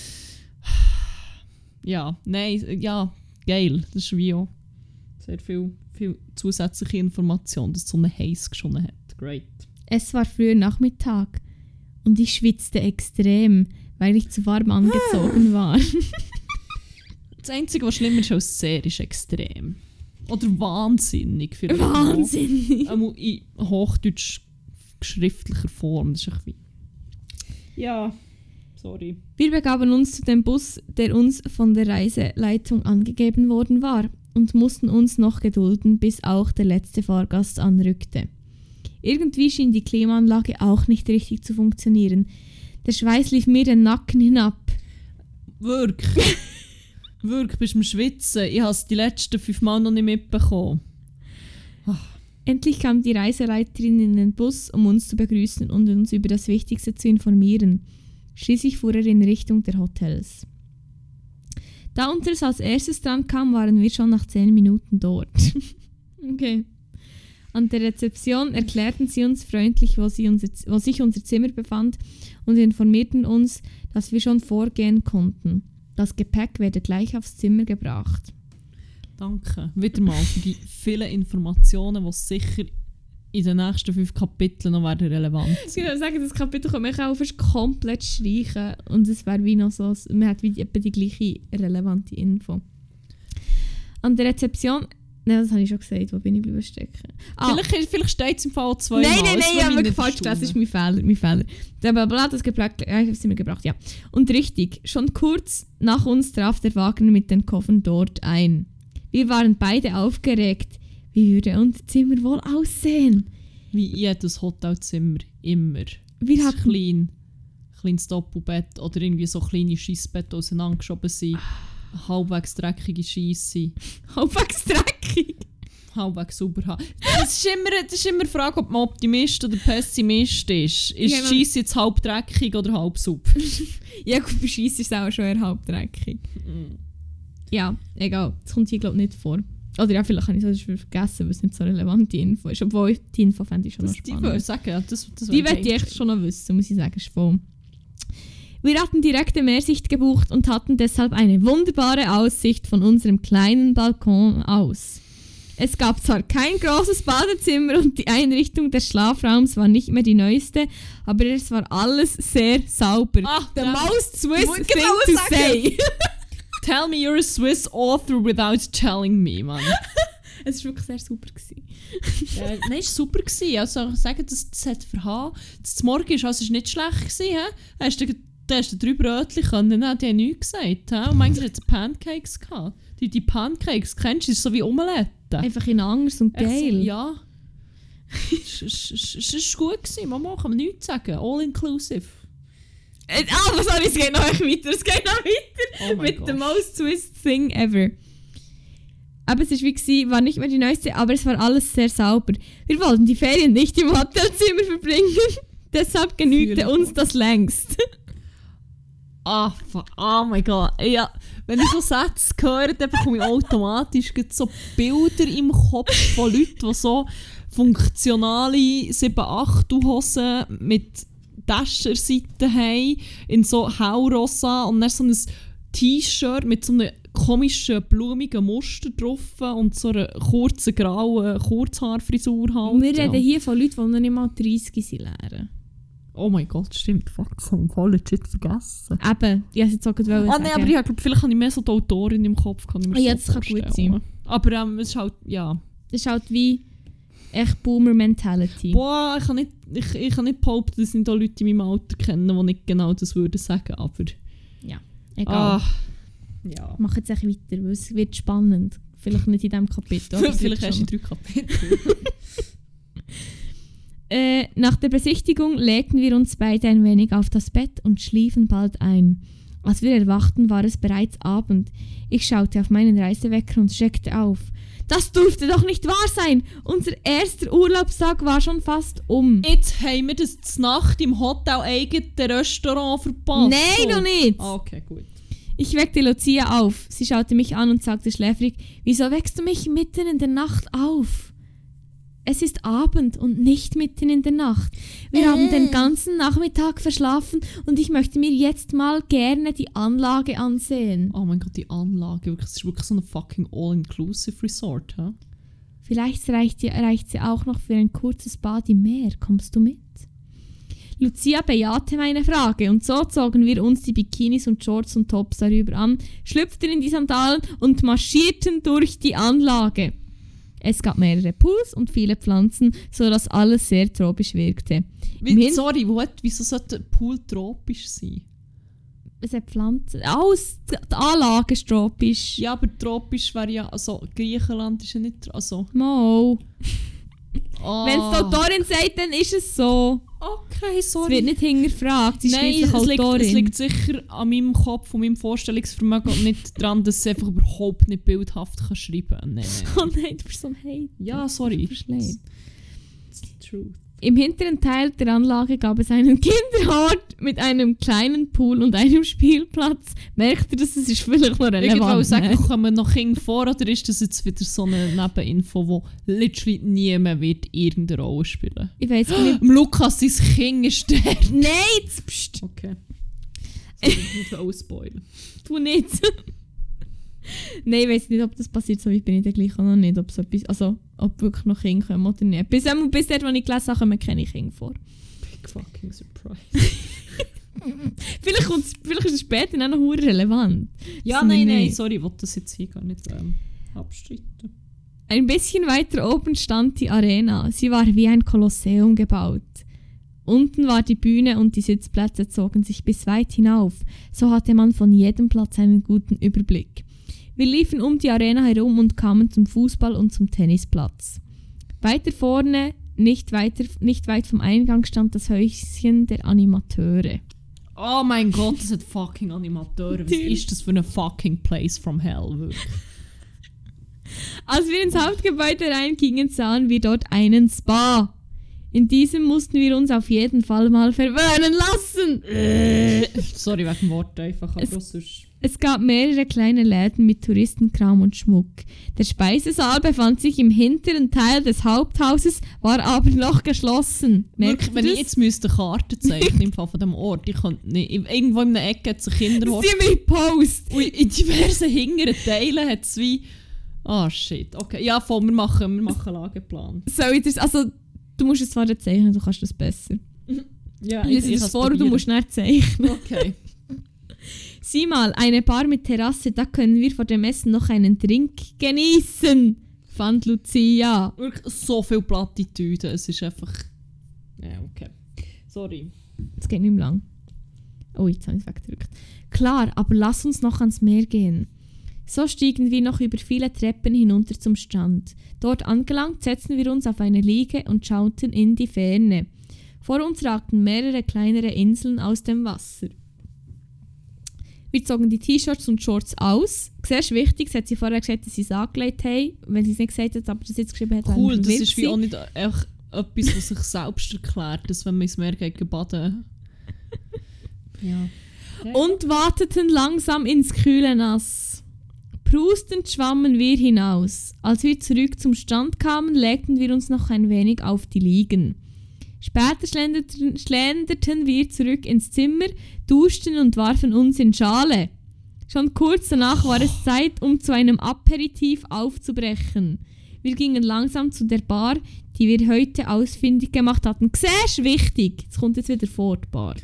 Ja, nein, ja, geil. Das ist wie auch sehr viel zusätzliche Information, dass die Sonne heiß geschonnen hat. Great. Es war früher Nachmittag und ich schwitzte extrem, weil ich zu warm angezogen war. Das Einzige, was schlimmer ist als sehr, ist extrem. Oder wahnsinnig. Wahnsinnig! Auch in hochdeutsch schriftlicher Form. Das ist wie... Ja, sorry. Wir begaben uns zu dem Bus, der uns von der Reiseleitung angegeben worden war, und mussten uns noch gedulden, bis auch der letzte Fahrgast anrückte. Irgendwie schien die Klimaanlage auch nicht richtig zu funktionieren. Der Schweiß lief mir den Nacken hinab. Wirklich? Wirklich, bist du am Schwitzen? Ich habe es die letzten 5 Mal noch nicht mitbekommen. Endlich kam die Reiseleiterin in den Bus, um uns zu begrüßen und uns über das Wichtigste zu informieren. Schließlich fuhr er in Richtung der Hotels. Da uns als erstes dran kam, waren wir schon nach 10 Minuten dort. Okay. An der Rezeption erklärten sie uns freundlich, wo sich unser Zimmer befand und informierten uns, dass wir schon vorgehen konnten. Das Gepäck werde gleich aufs Zimmer gebracht. Danke. Wieder mal für die vielen Informationen, die sicher in den nächsten 5 Kapiteln noch werden relevant. Ich würde sagen, das Kapitel kann man auch fast komplett streichen und es wäre wie noch so, man hat wie etwa die gleiche relevante Info. An der Rezeption, nein, das habe ich schon gesagt, wo bin ich bleiben stecken? Vielleicht steht es im Fall 2 Nein, ich habe mir falsch gelesen, das ist mein Fehler. Der Blablabla, das gebracht, ich habe es mir gebracht, ja. Und richtig, schon kurz nach uns traf der Wagen mit den Koffern dort ein. Wir waren beide aufgeregt. Wie würde unser Zimmer wohl aussehen? Wie jedes Hotelzimmer, immer. Wir hatten kleines Doppelbett oder irgendwie so kleine Scheissbetten auseinandergeschoben sind. Halbwegs dreckige Scheisse. Halbwegs dreckig? Halbwegs sauber haben. Das ist immer die Frage, ob man Optimist oder Pessimist ist. Ist die Scheisse jetzt halb dreckig oder halb sauber? Ja gut, bei Scheisse ist es auch schon eher halb dreckig. Ja, egal. Das kommt hier glaube ich nicht vor. Oder ja, vielleicht habe ich es vergessen, weil es nicht so relevante Info ist. Obwohl, die Info fände ich schon noch spannend. Die würde ich sagen, ja, das die werde ich echt schon noch wissen, muss ich sagen. Ist voll. Wir hatten direkte Meersicht gebucht und hatten deshalb eine wunderbare Aussicht von unserem kleinen Balkon aus. Es gab zwar kein großes Badezimmer und die Einrichtung des Schlafraums war nicht mehr die neueste, aber es war alles sehr sauber. The most Swiss thing to say. Tell me you're a Swiss author without telling me, man. Es war wirklich sehr super. Nein, es war super. Also ich sage, das hat verhauen. Das Morgen war also nicht schlecht. Da hast du 3 Brötchen können, die haben nichts gesagt. He? Und manchmal hat es Pancakes gehabt. Die Pancakes, kennst du, das ist so wie Omelette. Einfach in anders und geil. So, ja. Es war gut gewesen, Mama, kann man nichts sagen. All inclusive. Sorry, es geht noch weiter. Mit gosh. the most Swiss thing ever. Aber es war wie, war nicht mehr die neueste, aber es war alles sehr sauber. Wir wollten die Ferien nicht im Hotelzimmer verbringen. Deshalb genügte uns das längst. Oh mein Gott. Ja, wenn ich so Sätze höre, dann bekomme ich automatisch so Bilder im Kopf von Leuten, die so funktionale 7-8-Hosen mit Dasherseiten haben, in so hellrosa und dann so ein T-Shirt mit so einem komischen, blumigen Muster drauf und so einer kurzen, grauen Kurzhaarfrisur halt. Wir reden hier von Leuten, die noch nicht mal 30 sind lehren. Oh mein Gott, stimmt. Fuck, das habe ich voll legit vergessen. Eben, ich wollte jetzt auch sagen. Nein, aber ich glaube, vielleicht habe ich mehr so die Autorin im Kopf. Kann ich mir ja, so das kann gut sein. Aber es ist halt, ja. Es ist halt wie echt Boomer-Mentality. Boah, ich kann nicht behaupten, dass ich nicht auch Leute in meinem Alter kenne, die nicht genau das würden sagen, aber... Ja, egal. Ja. Mach jetzt echt weiter, weil es wird spannend. Vielleicht nicht in diesem Kapitel. Vielleicht erst in 3 Kapiteln. Nach der Besichtigung legten wir uns beide ein wenig auf das Bett und schliefen bald ein. Als wir erwachten, war es bereits Abend. Ich schaute auf meinen Reisewecker und schreckte auf. Das durfte doch nicht wahr sein! Unser erster Urlaubstag war schon fast um. Jetzt haben wir das Nacht im Hotel eigene Restaurant verpasst. Nein, noch nicht! Okay, gut. Ich weckte Lucia auf. Sie schaute mich an und sagte schläfrig, wieso weckst du mich mitten in der Nacht auf? Es ist Abend und nicht mitten in der Nacht. Wir haben den ganzen Nachmittag verschlafen und ich möchte mir jetzt mal gerne die Anlage ansehen. Oh mein Gott, die Anlage. Das ist wirklich so ein fucking all-inclusive Resort. Huh? Vielleicht reicht sie auch noch für ein kurzes Bad im Meer. Kommst du mit? Lucia bejahte meine Frage und so zogen wir uns die Bikinis und Shorts und Tops darüber an, schlüpften in die Sandalen und marschierten durch die Anlage. Es gab mehrere Pools und viele Pflanzen, sodass alles sehr tropisch wirkte. Wieso sollte ein Pool tropisch sein? Es hat Pflanzen. Die Anlage ist tropisch. Ja, aber tropisch wäre ja... Also, Griechenland ist ja nicht... Also... Mo. Wenn es die Autorin sagt, dann ist es so. Okay, sorry. Es wird nicht hinterfragt. Sie ist Autorin. Es liegt sicher an meinem Kopf und meinem Vorstellungsvermögen und nicht daran, dass sie einfach überhaupt nicht bildhaft schreiben kann. Nee. Oh nein, du bist so ein Hater. Ja, sorry. Das ist Truth. Im hinteren Teil der Anlage gab es einen Kinderhort mit einem kleinen Pool und einem Spielplatz. Merkt ihr, das ist vielleicht noch relevant? Ich wollte sagen, kommen noch Kinder vor oder ist das jetzt wieder so eine Nebeninfo, wo literally niemand wird irgendeine Rolle spielen? Ich weiss nicht. Lukas, sein Kind ist der. Nein, jetzt. Okay. Das will ich nicht ausspoilen. Tu nicht. Nein, ich weiss nicht, ob das passiert, so weit bin ich dann gleich auch noch nicht. Ob, so etwas, also, ob wirklich noch Kinder kommen oder nicht. Bis dort, wo ich gelesen habe, kommen keine Kinder vor. Big fucking surprise. vielleicht ist es später auch noch verdammt relevant. Ja, nein, sorry, ich wollte das jetzt hier gar nicht abstreiten. Ein bisschen weiter oben stand die Arena. Sie war wie ein Kolosseum gebaut. Unten war die Bühne und die Sitzplätze zogen sich bis weit hinauf. So hatte man von jedem Platz einen guten Überblick. Wir liefen um die Arena herum und kamen zum Fußball- und zum Tennisplatz. Weiter vorne, nicht weit vom Eingang, stand das Häuschen der Animateure. Oh mein Gott, das hat fucking Animateure. Was ist das für ein fucking Place from hell, wirklich? Als wir ins Hauptgebäude reingingen, sahen wir dort einen Spa. In diesem mussten wir uns auf jeden Fall mal verwöhnen lassen. Sorry, wegen dem Wort einfach. Aber sonst. Es gab mehrere kleine Läden mit Touristenkram und Schmuck. Der Speisesaal befand sich im hinteren Teil des Haupthauses, war aber noch geschlossen. Wirklich, wenn ich jetzt müsste eine Karte zeichnen im Fall von diesem Ort, ich könnte nicht. Irgendwo in einer Ecke hat es ein Kinderhort. Sie haben mir Post. Und in diversen hinteren Teilen hat es wie... Ah, shit. Okay, ja, voll, wir machen einen Lageplan. Soll ich das... Also, du musst es zwar nicht zeichnen, du kannst das besser. Ja, ich lese es vor und du musst nicht zeichnen. Okay. Sieh mal, eine Bar mit Terrasse, da können wir vor dem Essen noch einen Drink genießen, fand Lucia. Wirklich so viel Plattitüde, es ist einfach... Ja, okay. Sorry. Es geht nicht mehr lang. Oh, jetzt habe ich es weggedrückt. Klar, aber lass uns noch ans Meer gehen. So stiegen wir noch über viele Treppen hinunter zum Strand. Dort angelangt, setzten wir uns auf eine Liege und schauten in die Ferne. Vor uns ragten mehrere kleinere Inseln aus dem Wasser. Wir zogen die T-Shirts und Shorts aus. Sehr wichtig, das hat sie vorher gesagt, dass sie es angelegt haben. Wenn sie es nicht gesagt hat, aber das jetzt geschrieben hat, cool, das ist wie auch nicht etwas, was sich selbst erklärt, dass wenn man ins Meer geht, baden. Ja. Und warteten langsam ins kühle Nass. Prustend schwammen wir hinaus. Als wir zurück zum Strand kamen, legten wir uns noch ein wenig auf die Liegen. Später schlenderten wir zurück ins Zimmer, duschten und warfen uns in Schale. Schon kurz danach war es Zeit, um zu einem Aperitif aufzubrechen. Wir gingen langsam zu der Bar, die wir heute ausfindig gemacht hatten. Siehst du, wichtig. Jetzt kommt jetzt wieder vor, die Bar.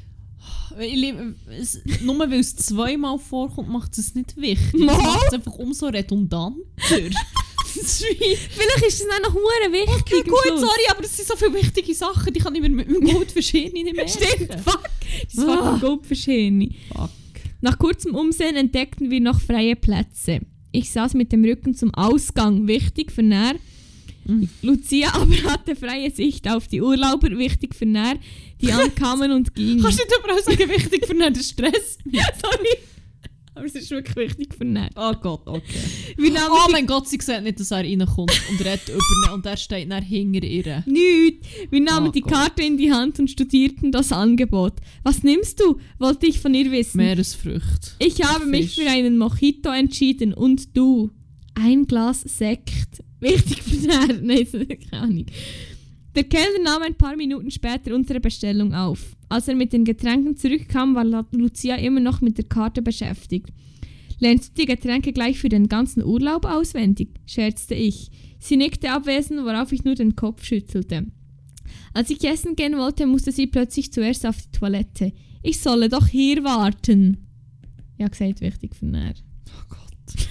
Nur weil es zweimal vorkommt, macht es nicht wichtig. Es macht es einfach umso redundanter. Vielleicht ist es dann noch hure wichtig. Okay, gut, sorry, aber es sind so viele wichtige Sachen, die kann ich mir mit meinem Goldfischchen nicht merken. Stimmt, fuck. Das fucking Goldfischchen. Fuck. Nach kurzem Umsehen entdeckten wir noch freie Plätze. Ich saß mit dem Rücken zum Ausgang, wichtig für näher. Lucia aber hatte freie Sicht auf die Urlauber, wichtig für näher, die ankamen und gingen. Kannst du nicht überall sagen, wichtig für näher, der Stress? Ja, sorry. Aber es ist wirklich wichtig für näher. Oh Gott, okay. Oh mein Gott, sie sieht nicht, dass er reinkommt und redet über ihn und er steht dann hinter ihr. Nichts. Wir nahmen die Karte in die Hand und studierten das Angebot. Was nimmst du? Wollte ich von ihr wissen. Meeresfrüchte. Ich habe mich für einen Mojito entschieden und du? Ein Glas Sekt. Wichtig für näher. Nein, keine Ahnung. Der Kellner nahm ein paar Minuten später unsere Bestellung auf. Als er mit den Getränken zurückkam, war Lucia immer noch mit der Karte beschäftigt. Lernst du die Getränke gleich für den ganzen Urlaub auswendig? Scherzte ich. Sie nickte abwesend, worauf ich nur den Kopf schüttelte. Als ich essen gehen wollte, musste sie plötzlich zuerst auf die Toilette. Ich solle doch hier warten. Ja, gesagt, wichtig für näher. Oh Gott.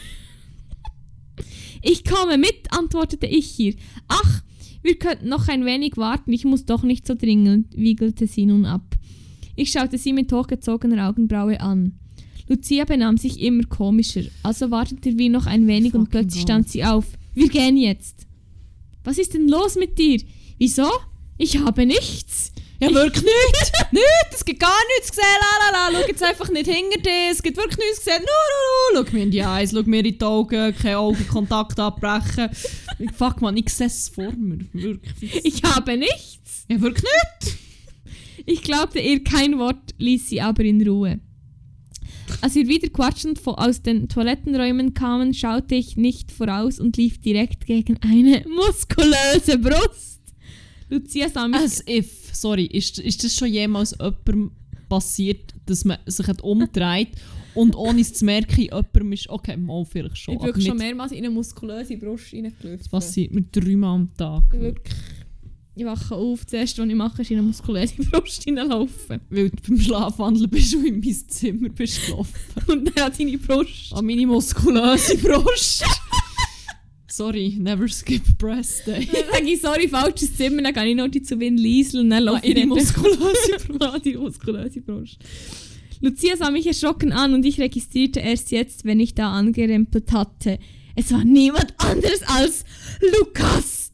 Ich komme mit, antwortete ich hier. Ach, wir könnten noch ein wenig warten, ich muss doch nicht so dringend, wiegelte sie nun ab. Ich schaute sie mit hochgezogener Augenbraue an. Lucia benahm sich immer komischer, also warteten wir noch ein wenig und plötzlich stand sie auf. Wir gehen jetzt. Was ist denn los mit dir? Wieso? Ich habe nichts. Ja, wirklich nichts. Nichts, es gibt gar nichts gesehen. Schau jetzt einfach nicht hinter dir. Es gibt wirklich nichts gesehen. Schau mir in die Eyes, schau mir in die Augen, kein Augenkontakt abbrechen. Fuck man, ich sehe es vor mir. Wirklich. Ich habe nichts. Ja, wirklich nicht. Ich glaubte ihr kein Wort, ließ sie aber in Ruhe. Als wir wieder quatschend aus den Toilettenräumen kamen, schaute ich nicht voraus und lief direkt gegen eine muskulöse Brust. Lucia sah mich... As if. Sorry, ist das schon jemals jemandem passiert, dass man sich hat umgedreht Und ohne es zu merken, jemandem ist, okay, mal vielleicht schon. Ich bin wirklich schon mehrmals in eine muskulöse Brust reingelaufen. Das passiert mir 3 Mal am Tag. Wirklich. Ich wache auf, das erste, was ich mache, ist in eine muskulöse Brust reinlaufen. Weil du beim Schlafwandeln bist und in mein Zimmer bist gelaufen. Und dann hat deine Brust. An meine muskulöse Brust. Sorry, never skip breast day. Dann sage ich, sorry, falsches Zimmer, dann gehe ich noch zu Win Liesl und dann laufe ich Ihre muskulöse Brust. Die muskulöse Brust. Lucia sah mich erschrocken an und ich registrierte erst jetzt, wenn ich da angerempelt hatte. Es war niemand anderes als Lukas!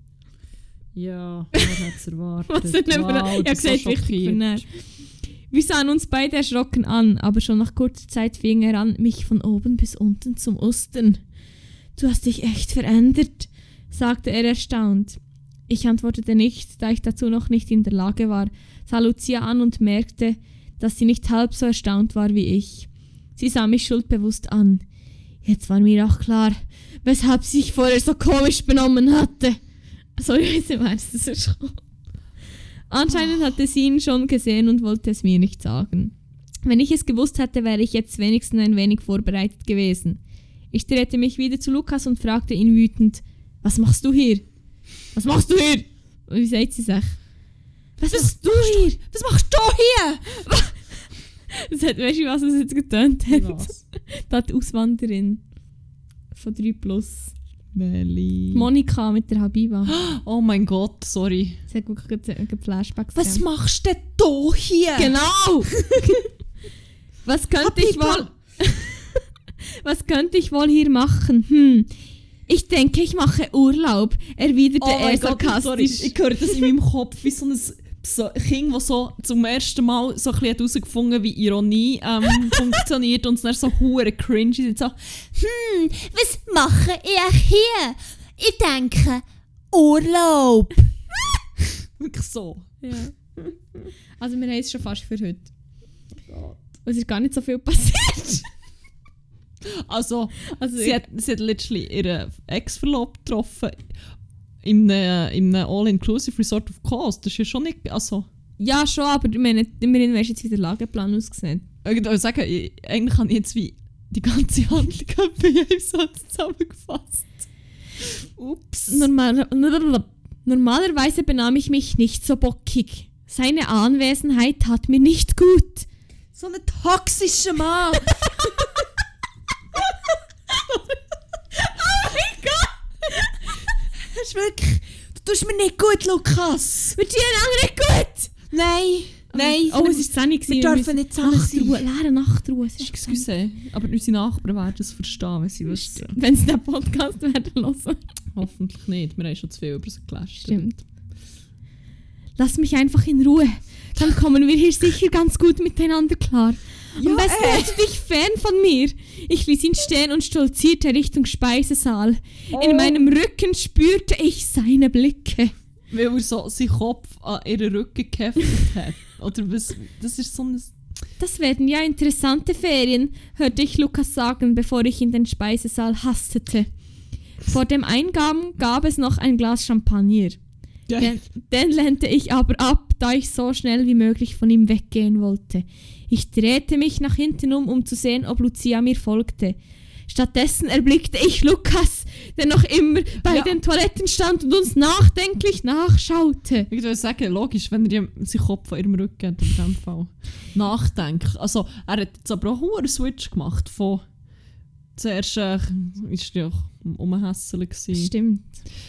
Ja, wer hat es erwartet? Was hat er Wow, ja, gesagt, wichtig für ihn. Wir sahen uns beide erschrocken an, aber schon nach kurzer Zeit fing er an, mich von oben bis unten zu mustern. Du hast dich echt verändert, sagte er erstaunt. Ich antwortete nicht, da ich dazu noch nicht in der Lage war, sah Lucia an und merkte, dass sie nicht halb so erstaunt war wie ich. Sie sah mich schuldbewusst an. Jetzt war mir auch klar, weshalb sie sich vorher so komisch benommen hatte. Sorry, ich weiß, das ist schon. Anscheinend hatte sie ihn schon gesehen und wollte es mir nicht sagen. Wenn ich es gewusst hätte, wäre ich jetzt wenigstens ein wenig vorbereitet gewesen. Ich drehte mich wieder zu Lukas und fragte ihn wütend, was machst du hier? Was machst du hier? Und wie sagt sie sich? Was machst du hier? Was machst du hier? Das hat, weißt du, was es jetzt getönt hat? Was? Da die Auswanderin von 3+. Melli. Monika mit der Habiba. Oh mein Gott, sorry. Sie hat wirklich Flashbacks Was gegeben. machst denn du hier? Genau! Was könnte ich wohl... Was könnte ich wohl hier machen? Ich denke, ich mache Urlaub, erwiderte er sarkastisch. Ich höre das in meinem Kopf wie so ein Kind, das so zum ersten Mal so ein bisschen herausgefunden hat, wie Ironie funktioniert und es dann so hure cringe ist. So, was mache ich hier? Ich denke, Urlaub. Wirklich so. Ja. Also wir haben es schon fast für heute. Es ist gar nicht so viel passiert. Also sie hat literally ihren Ex-Verlobten getroffen in einem All-Inclusive Resort of Coast. Das ist ja schon nicht... Also, ja, schon, aber ich meine, immerhin weißt du jetzt, wie der Lageplan ausgesehen. Ich würde sagen, eigentlich habe ich jetzt wie die ganze Handlung bei einem Satz zusammengefasst. Ups. Normalerweise benahm ich mich nicht so bockig. Seine Anwesenheit tat mir nicht gut. So ein toxischer Mann. Oh mein Gott! Das ist wirklich... Du tust mir nicht gut, Lukas. Wird dir nicht gut? Nein. Oh, es war 10 Uhr. Wir dürfen nicht zusammen sein. Leere Nachtruhe. Excuse, aber unsere Nachbarn werden es verstehen, wenn sie wüssten. Wenn sie den Podcast werden hören. Hoffentlich nicht. Wir haben schon zu viel über sie gelästert. Stimmt. Lass mich einfach in Ruhe. Dann kommen wir hier sicher ganz gut miteinander klar. Am besten hältst du dich fern von mir. Ich ließ ihn stehen und stolzierte Richtung Speisesaal. In meinem Rücken spürte ich seine Blicke. Weil er so seinen Kopf an ihren Rücken geheftet hat. Oder was? Das ist so ein... Das werden ja interessante Ferien, hörte ich Lukas sagen, bevor ich in den Speisesaal hastete. Vor dem Eingang gab es noch ein Glas Champagner. Ja. Den lehnte ich aber ab, da ich so schnell wie möglich von ihm weggehen wollte. Ich drehte mich nach hinten um zu sehen, ob Lucia mir folgte. Stattdessen erblickte ich Lukas, der noch immer bei den Toiletten stand und uns nachdenklich nachschaute. Ich würde sagen, logisch, wenn er seinen Kopf an ihrem Rücken hat, in dem Fall nachdenken. Also, er hat jetzt aber auch einen Switch gemacht von... Zuerst ist er ja umhässelig gewesen. Stimmt.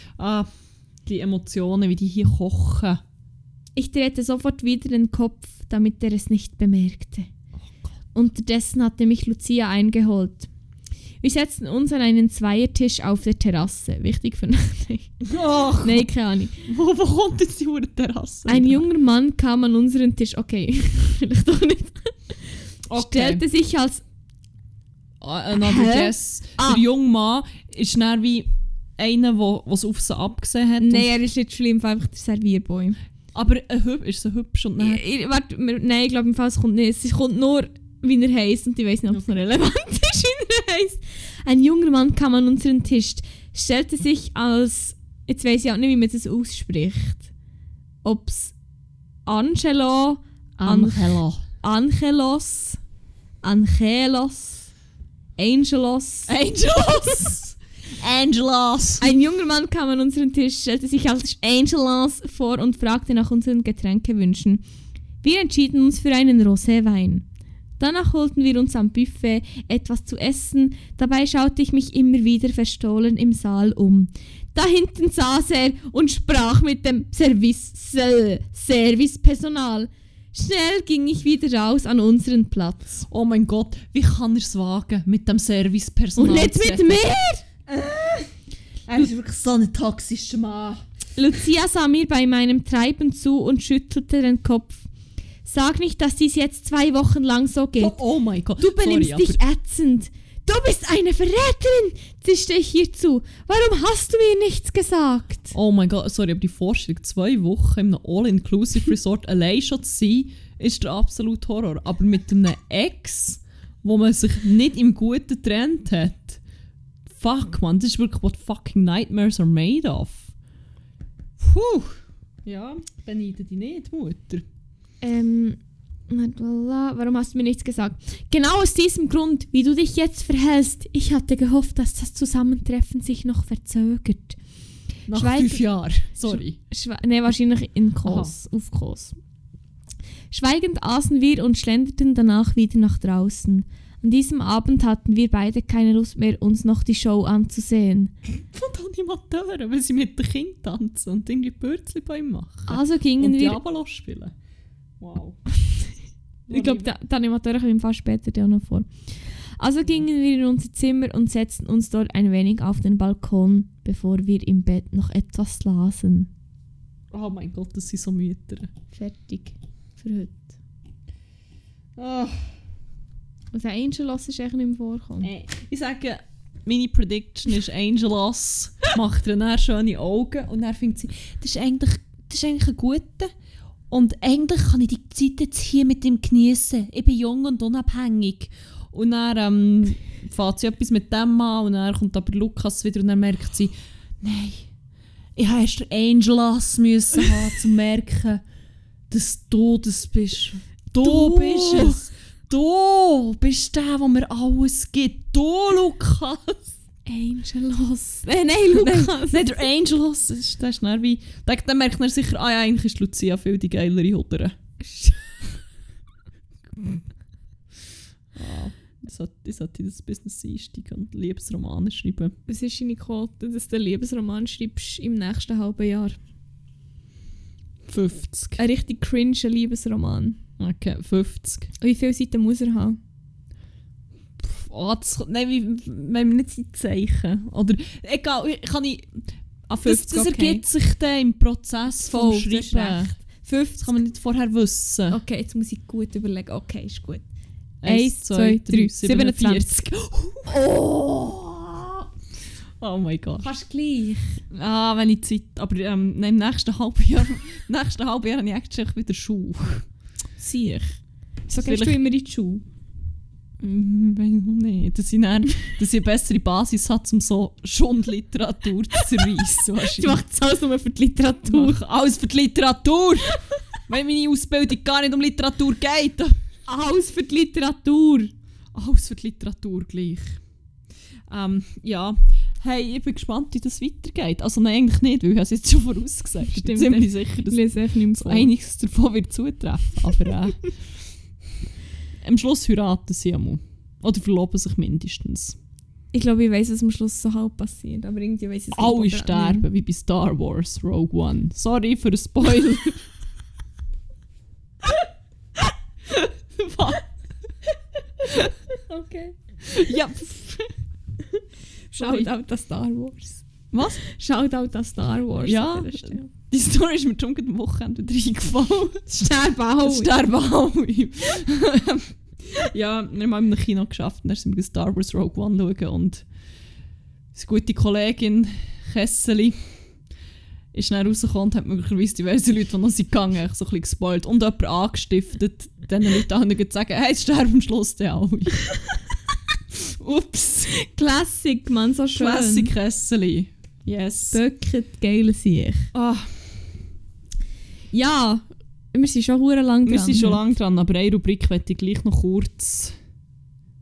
Die Emotionen, wie die hier kochen. Ich drehte sofort wieder den Kopf, damit er es nicht bemerkte. Unterdessen hatte mich Lucia eingeholt. Wir setzten uns an einen Zweiertisch auf der Terrasse. Wichtig für mich. Nein, keine Ahnung. Wo kommt jetzt die Terrasse? Ein junger Mann kam an unseren Tisch. Okay, vielleicht doch nicht. Okay. Stellte sich als... Another guess. Der junge Mann ist dann wie einer, der es auf sie abgesehen hat. Nein, er ist nicht schlimm, einfach der Servierboy. Aber ist so hübsch und dann... Nein, ich glaube im Fall, es kommt nicht. Es kommt nur, wie er heisst, und ich weiss nicht, ob es noch relevant ist, wie er heisst. Ein junger Mann kam an unseren Tisch, stellte sich als... Jetzt weiss ich auch nicht, wie man das ausspricht. Ob es Angelos... Angelos. Angelos. Angelos! Ein junger Mann kam an unseren Tisch, stellte sich als Angelos vor und fragte nach unseren Getränkewünschen. Wir entschieden uns für einen Roséwein. Danach holten wir uns am Buffet etwas zu essen. Dabei schaute ich mich immer wieder verstohlen im Saal um. Da hinten saß er und sprach mit dem Servicepersonal. Schnell ging ich wieder raus an unseren Platz. Oh mein Gott, wie kann er es wagen, mit dem Servicepersonal Und nicht zu mit reden? mir! Er ist wirklich so ein toxischer Mann. Lucia sah mir bei meinem Treiben zu und schüttelte den Kopf. Sag nicht, dass dies jetzt 2 Wochen lang so geht. Oh mein Gott. Du benimmst Sorry, dich ätzend. Du bist eine Verräterin, zischte ich ihr zu. Warum hast du mir nichts gesagt? Oh mein Gott, sorry, aber die Vorstellung, 2 Wochen in einem All-Inclusive-Resort allein schon zu sein, ist der absolute Horror. Aber mit einem Ex, wo man sich nicht im Guten getrennt hat, fuck man, das ist wirklich what fucking nightmares are made of. Puh. Ja, beneide dich nicht, Mutter. Warum hast du mir nichts gesagt? Genau aus diesem Grund, wie du dich jetzt verhältst. Ich hatte gehofft, dass das Zusammentreffen sich noch verzögert. Nach 5 Jahren, sorry. Wahrscheinlich in Kos, auf Kos. Schweigend aßen wir und schlenderten danach wieder nach draußen. An diesem Abend hatten wir beide keine Lust mehr, uns noch die Show anzusehen. Von Animateuren, weil sie mit den Kindern tanzen und irgendwie Bürzli-Bäume machen. Also gingen und wir... Diabolo spielen. Wow. Ich glaube, die Animateure kommen fast später auch noch vor. Also gingen wir in unser Zimmer und setzten uns dort ein wenig auf den Balkon, bevor wir im Bett noch etwas lasen. Oh mein Gott, das sind so Mütter. Fertig für heute. Oh. Und der Angelos ist echt nicht mehr vorgekommen. Ich sage, meine Prediction ist, Angelos macht ihr dann schöne Augen und dann findet sie, das ist eigentlich ein guter. Und eigentlich kann ich die Zeit jetzt hier mit ihm genießen. Ich bin jung und unabhängig. Und dann fährt sie etwas mit dem an und dann kommt aber Lukas wieder und dann merkt sie, nein, ich habe erst den Angelos müssen haben, um zu merken, dass du das bist. Du bist es. Du bist der, der mir alles gibt. Du, Lukas. Angelos. Nein, Lukas. Nein, der Angelos, das ist dann wie... Dann merkt man sicher, ja, eigentlich ist Lucia viel die geilere Hudere. Ich sollte das Business einsteigen und Liebesromane schreiben. Was ist deine Quote, dass du einen Liebesroman schreibst im nächsten halben Jahr? 50. Ein richtig cringe Liebesroman. Okay, 50. Wie viele Seiten muss er haben? Nein, wenn wir nicht die Zeichen. Oder, egal, kann ich... 50, das ergibt sich dann im Prozess vom Schreiben. 50 kann man nicht vorher wissen. Okay, jetzt muss ich gut überlegen. Okay, ist gut. 1, 2, 3, 27. Oh mein Gott. Fast gleich. Wenn ich Zeit... Aber im nächsten halben Jahr habe ich eigentlich wieder Schule. Sieh ich. So gehst du immer in die Schule? Nein, dass ich eine bessere Basis habe, um so schon Literatur zu zerreissen. Du machst alles nur für die Literatur. Alles für die Literatur! Weil meine Ausbildung gar nicht um Literatur geht. Alles für die Literatur. Alles für die Literatur gleich. Ja. Hey, ich bin gespannt, wie das weitergeht. Also nein, eigentlich nicht, weil ich es jetzt schon vorausgesagt. Ich bin ziemlich sicher, dass so einiges davon wird zutreffen. Aber am Schluss heiraten sie einmal. Oder verloben sich mindestens. Ich glaube, ich weiss, was am Schluss so halb passiert. Aber irgendwie weiss ich es nicht. Alle sterben, wie bei Star Wars Rogue One. Sorry für den Spoiler. Okay. Ja. Shoutout an Star Wars. Was? Shoutout an Star Wars. Ja. Die Story ist mir schon am Wochenende wieder eingefallen. Sterben alle. Ja, wir haben im Kino geschafft und dann sind wir Star Wars Rogue One schauen und unsere gute Kollegin Kesseli ist dann rausgekommen und hat möglicherweise diverse Leute, die noch sind gegangen, so ein bisschen gespoilt und jemanden angestiftet, diesen Leuten auch nicht zu sagen, hey, es sterben am Schluss die alle. Ups. Classic, Mann, so schön. Classic Kesseli. Yes. Böcket, geil Sieg. Ah. Ja, wir sind schon verdammt lang dran. Wir sind schon lange dran, aber eine Rubrik möchte ich gleich noch kurz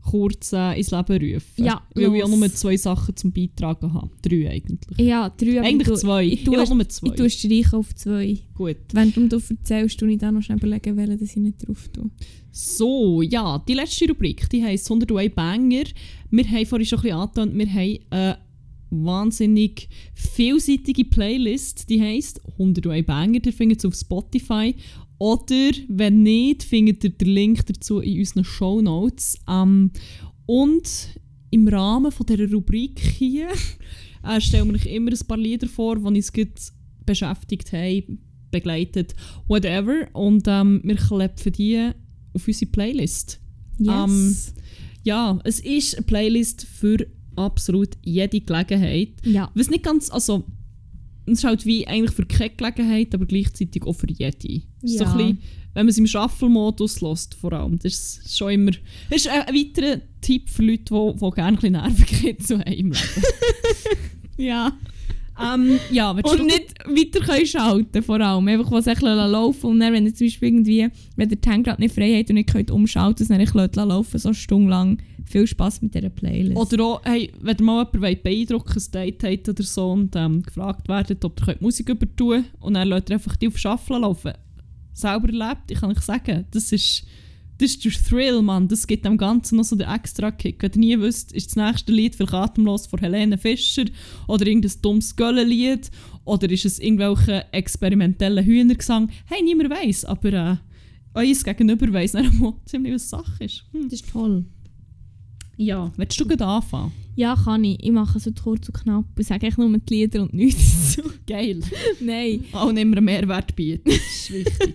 kurz ins Leben rufen. Ja, weil ich auch los. nur 2 Sachen zum Beitragen habe. 3 eigentlich. Ja, 3, aber Eigentlich 2. Ich tue will nur 2. Ich tue streichen auf 2. Gut. Wenn du erzählst, tue ich dann noch schnell überlegen, welche dass ich nicht drauf tue. So, ja, die letzte Rubrik, die heisst 101 Banger. Wir haben vorhin schon ein bisschen angetönt, wir haben eine wahnsinnig vielseitige Playlist, die heisst 101 Banger. Ihr findet es auf Spotify. Oder, wenn nicht, findet ihr den Link dazu in unseren Shownotes. Und im Rahmen von dieser Rubrik hier stellen wir euch immer ein paar Lieder vor, die uns gut beschäftigt haben, begleitet, whatever. Und wir klepfen die auf unsere Playlist. Yes. Ja, es ist eine Playlist für absolut jede Gelegenheit. Ja. Was nicht ganz, also es ist halt wie eigentlich für keine Gelegenheit, aber gleichzeitig auch für jede. Es ist so Ja. ein bisschen, wenn man es im Shuffle-Modus lässt, vor allem. Das ist schon immer, das ist ein weiterer Tipp für Leute, die gerne ein bisschen Nervenkitzel haben im Leben. Ja. Ja, willst Und du- nicht weiter können schalten, vor allem. Einfach was echt laufen und dann, wenn ihr zum Beispiel irgendwie, wenn der Tank gerade nicht frei hat und nicht könnt umschalten, dann echt laufen, so stundenlang. Viel Spass mit dieser Playlist. Oder auch, hey, wenn ihr mal jemanden beeindrucken wollt, ein Date habt oder so und gefragt werdet, ob ihr Musik übertun könnt und dann lässt ihr einfach die auf Shuffle laufen. Selber erlebt, ich kann euch sagen, das ist der Thrill, Mann. Das gibt dem Ganzen noch so den extra Kick. Wenn ihr nie wisst, ist das nächste Lied vielleicht «Atemlos» von Helene Fischer oder irgendein dummes Göllenlied oder ist es irgendwelche experimentellen Hühnergesang. Hey, niemand weiss, aber euer Gegenüber weiss dann mal ziemlich, was Sache ist. das ist toll. Ja, willst du gerade anfangen? Ja, kann ich. Ich mache es heute kurz und knapp. Ich sage echt nur die Lieder und nichts dazu. Geil. Nein. Auch immer einen Mehrwert bieten. Das ist wichtig.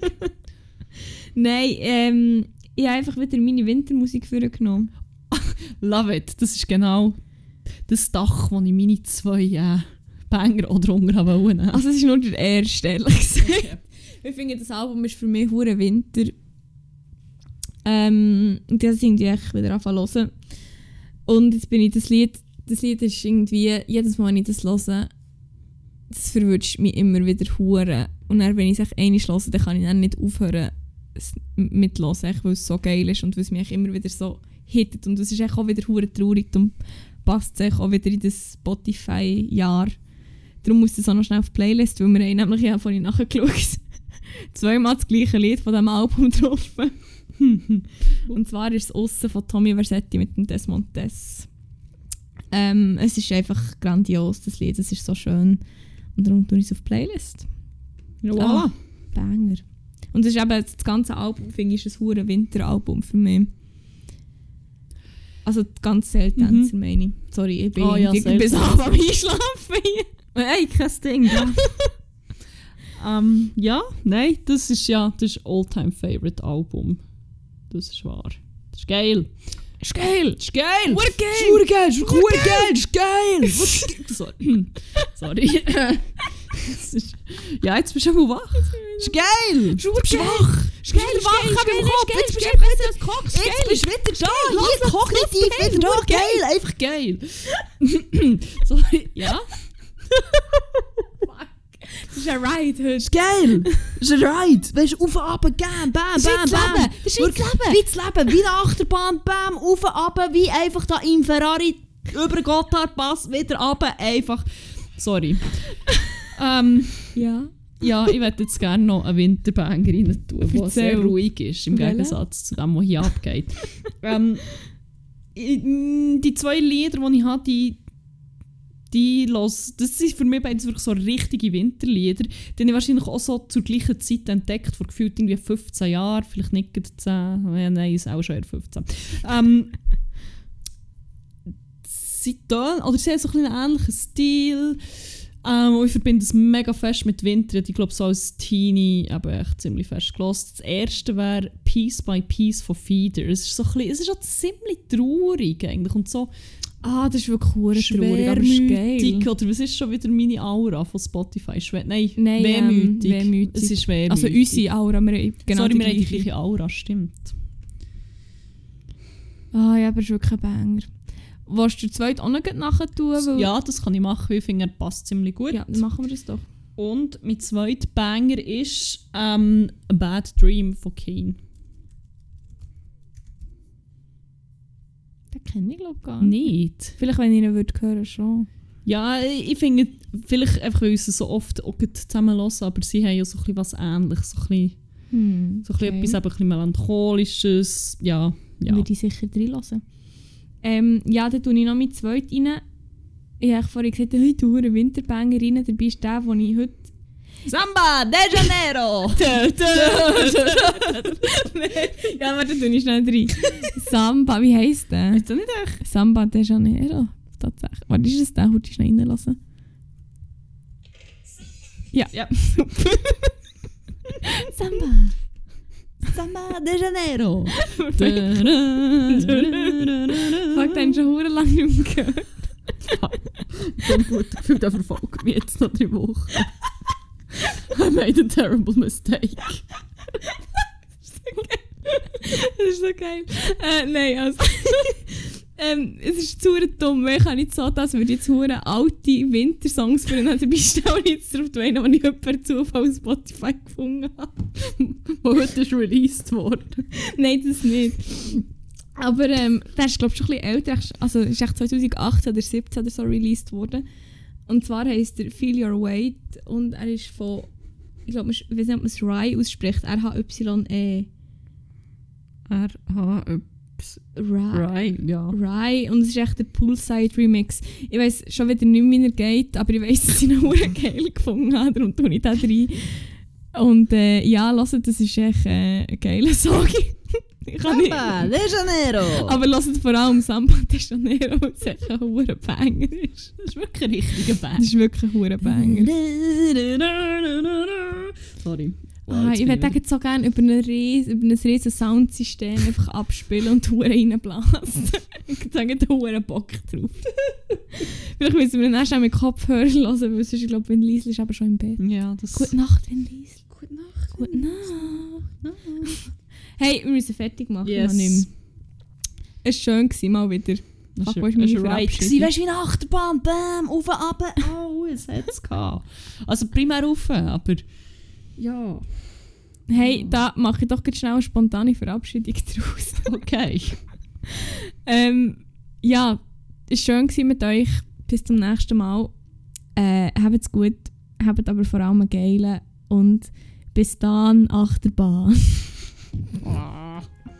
Nein, ich habe einfach wieder meine Wintermusik vorgenommen. Love it. Das ist genau das Dach, wo ich meine 2 Banger oder drunter wollte. Also es ist nur der erste, ehrlich gesagt. Ich finde, das Album ist für mich hure Winter. Und das irgendwie echt wieder anfangen zu hören. Und jetzt bin ich das Lied ist irgendwie, jedes Mal, wenn ich das höre, das verwünscht mich immer wieder hure. Und dann, wenn ich es einmal höre, dann kann ich dann nicht aufhören es mitzuhören, weil es so geil ist und weil es mich immer wieder so hittet. Und es ist echt auch wieder hure traurig und passt sich auch wieder in das Spotify-Jahr. Darum muss das auch noch schnell auf die Playlist, weil wir haben nämlich, ich habe vorhin nachgeschaut, 2-mal das gleiche Lied von diesem Album getroffen. Und zwar ist es «Aussen» von Tommy Versetti mit dem Desmond Des. Es ist einfach grandios, das Lied, es ist so schön. Und darum tue ich es auf die Playlist. Ja, voilà. Banger. Und es ist eben, das ganze Album, finde ich, ist ein hure Winteralbum für mich. Also die ganze Seltenzer meine ich. Sorry, ich bin ja, bis Seltenzer. am Einschlafen hier. Hey, kein Ding. Ja. Ja, nein, das ist All-Time-Favorite-Album. Das ist wahr. Das ist geil. Ist geil! Das ist geil! Hure geil! Das ist hure geil! Das ist geil! Sorry. Sorry. Das ist, ja, jetzt bist du mal wach. Das ist geil! Ist Du bist geil. wach! Ist geil, Du bist wach ist im geil, Kopf! ist Jetzt bist geil, du ist wieder geil, ist Jetzt bist du wieder da! Hier kognitiv wieder da! Geil! Einfach geil! Sorry. Ja? Das ist ein Ride heute. Das ist geil! Das ist ein Ride! Weißt du, auf, ab, bam, bam, Das ist bam, wie das bam! Leben. Das ist wie das Leben. Wie das Leben! Wie eine Achterbahn, bam, auf, ab, wie einfach da im Ferrari über den Gotthardpass, wieder ab, einfach. Sorry. Ja. Ja, ich würde jetzt gerne noch einen Winterbanger rein tun, der sehr Erzähl. ruhig ist, im Welchen? Gegensatz zu dem, was hier abgeht. Die 2 Lieder, die ich habe, das sind für mich beides wirklich so richtige Winterlieder. Die habe ich wahrscheinlich auch so zur gleichen Zeit entdeckt, vor gefühlt irgendwie 15 Jahren, vielleicht nicht gerade 10, ja, nein, ist auch schon eher 15. Sie tun, oder sie haben so ein bisschen einen ähnlichen Stil. Und ich verbinde es mega fest mit Winter. Ich glaube, so als Teenie habe ich echt ziemlich fest gehört. Das erste wäre «Piece by Piece» von Feeder. Es ist, so ein bisschen, es ist auch ziemlich traurig eigentlich und so Ah, das ist wirklich hure traurig, aber ist schwermütig. geil. Oder was ist schon wieder meine Aura von Spotify? Nein, Wehmütig. wehmütig. Es ist wehmütig. Also unsere Aura, wir haben genau Sorry, die wir haben die gleiche. gleiche Aura, stimmt. Ah ja, aber ist wirklich ein Banger. Willst du den zweiten auch noch nachher tun? Weil Ja, das kann ich machen, weil ich finde, er passt ziemlich gut. ja, dann machen wir das doch. Und mein zweiter Banger ist «A Bad Dream» von Kane. kenne ich glaube gar nicht. Nicht? Vielleicht, wenn ich ihn würde hören, schon. Ja, ich finde, vielleicht einfach, weil wir sie so oft auch zusammen hören, aber sie haben ja so ein bisschen was Ähnliches, so ein bisschen, so ein bisschen etwas eben ein bisschen Melancholisches, ja. Würde ich sicher reinlassen. Ja, dann tue ich noch mit zweit rein. Ich habe vorhin gesagt, hey, du eine Winterbanger rein, dabei ist der, den ich heute... Samba de Janeiro! Ja, warte, tue ich schnell rein. Samba, wie heisst der? Ist das nicht echt? Samba de Janeiro. Tatsächlich. Warte, ist es der? Heute schnell reinlassen. Ja. Samba. Samba de Janeiro! Fuck, den schon hure lang nicht mehr gehört. Ich habe ein gutes Gefühl, der verfolgt mich jetzt noch 3 Wochen. I made a terrible mistake. Das ist so geil. Nein, also... es ist zu dumm, ich kann nicht so, dass wir jetzt hure alte Wintersongs für ihn dabei stellen und jetzt darauf einen, den ich per Zufall auf Spotify gefunden habe. Der heute ist released worden. Nein, das nicht. Aber der ist glaube ich schon ein bisschen älter, also ist echt 2018 oder 2017 oder so released worden. Und zwar heisst er Feel Your Weight und er ist von, ich glaube, ich weiß nicht, ob man es Rye ausspricht, R-H-Y-E. Right, ja. Rye, und es ist echt der Poolside Remix. Ich weiss schon wieder nicht mehr, wie er geht, aber ich weiss, dass ich ihn auch geil gefunden habe, darum tue ich da rein. Und ja, hört, das ist echt ein geiler Song. Samba de Janeiro! Aber hört vor allem Samba de Janeiro, weil es echt ein hoher Banger ist. Das ist wirklich ein richtiger Band. Das ist wirklich ein hoher Banger. Sorry. Ich würde jetzt so gerne über ein riesen Soundsystem einfach abspielen und Huren reinblasen. Ich sage, da Huren Bock drauf. Vielleicht müssen wir dann erst mit Kopfhörer hören, weil sonst, glaube Vin Diesel ist aber schon im Bett. Ja, das... Gute Nacht, Vin Diesel. Gute Nacht. Gute Nacht. Hey, wir müssen fertig machen. Yes. Noch nicht mehr. Es war schön, mal wieder. Das Ach, war meine right. Verabschiedung? Weißt du, wie eine Achterbahn? Bam, rauf, runter. Oh, es hat es gehabt. Also primär rauf, aber... Ja. Hey, da mache ich doch ganz schnell eine spontane Verabschiedung draus. Okay. Ja, es war schön mit euch. Bis zum nächsten Mal. Habt's gut, habt aber vor allem einen geilen und bis dann Achterbahn.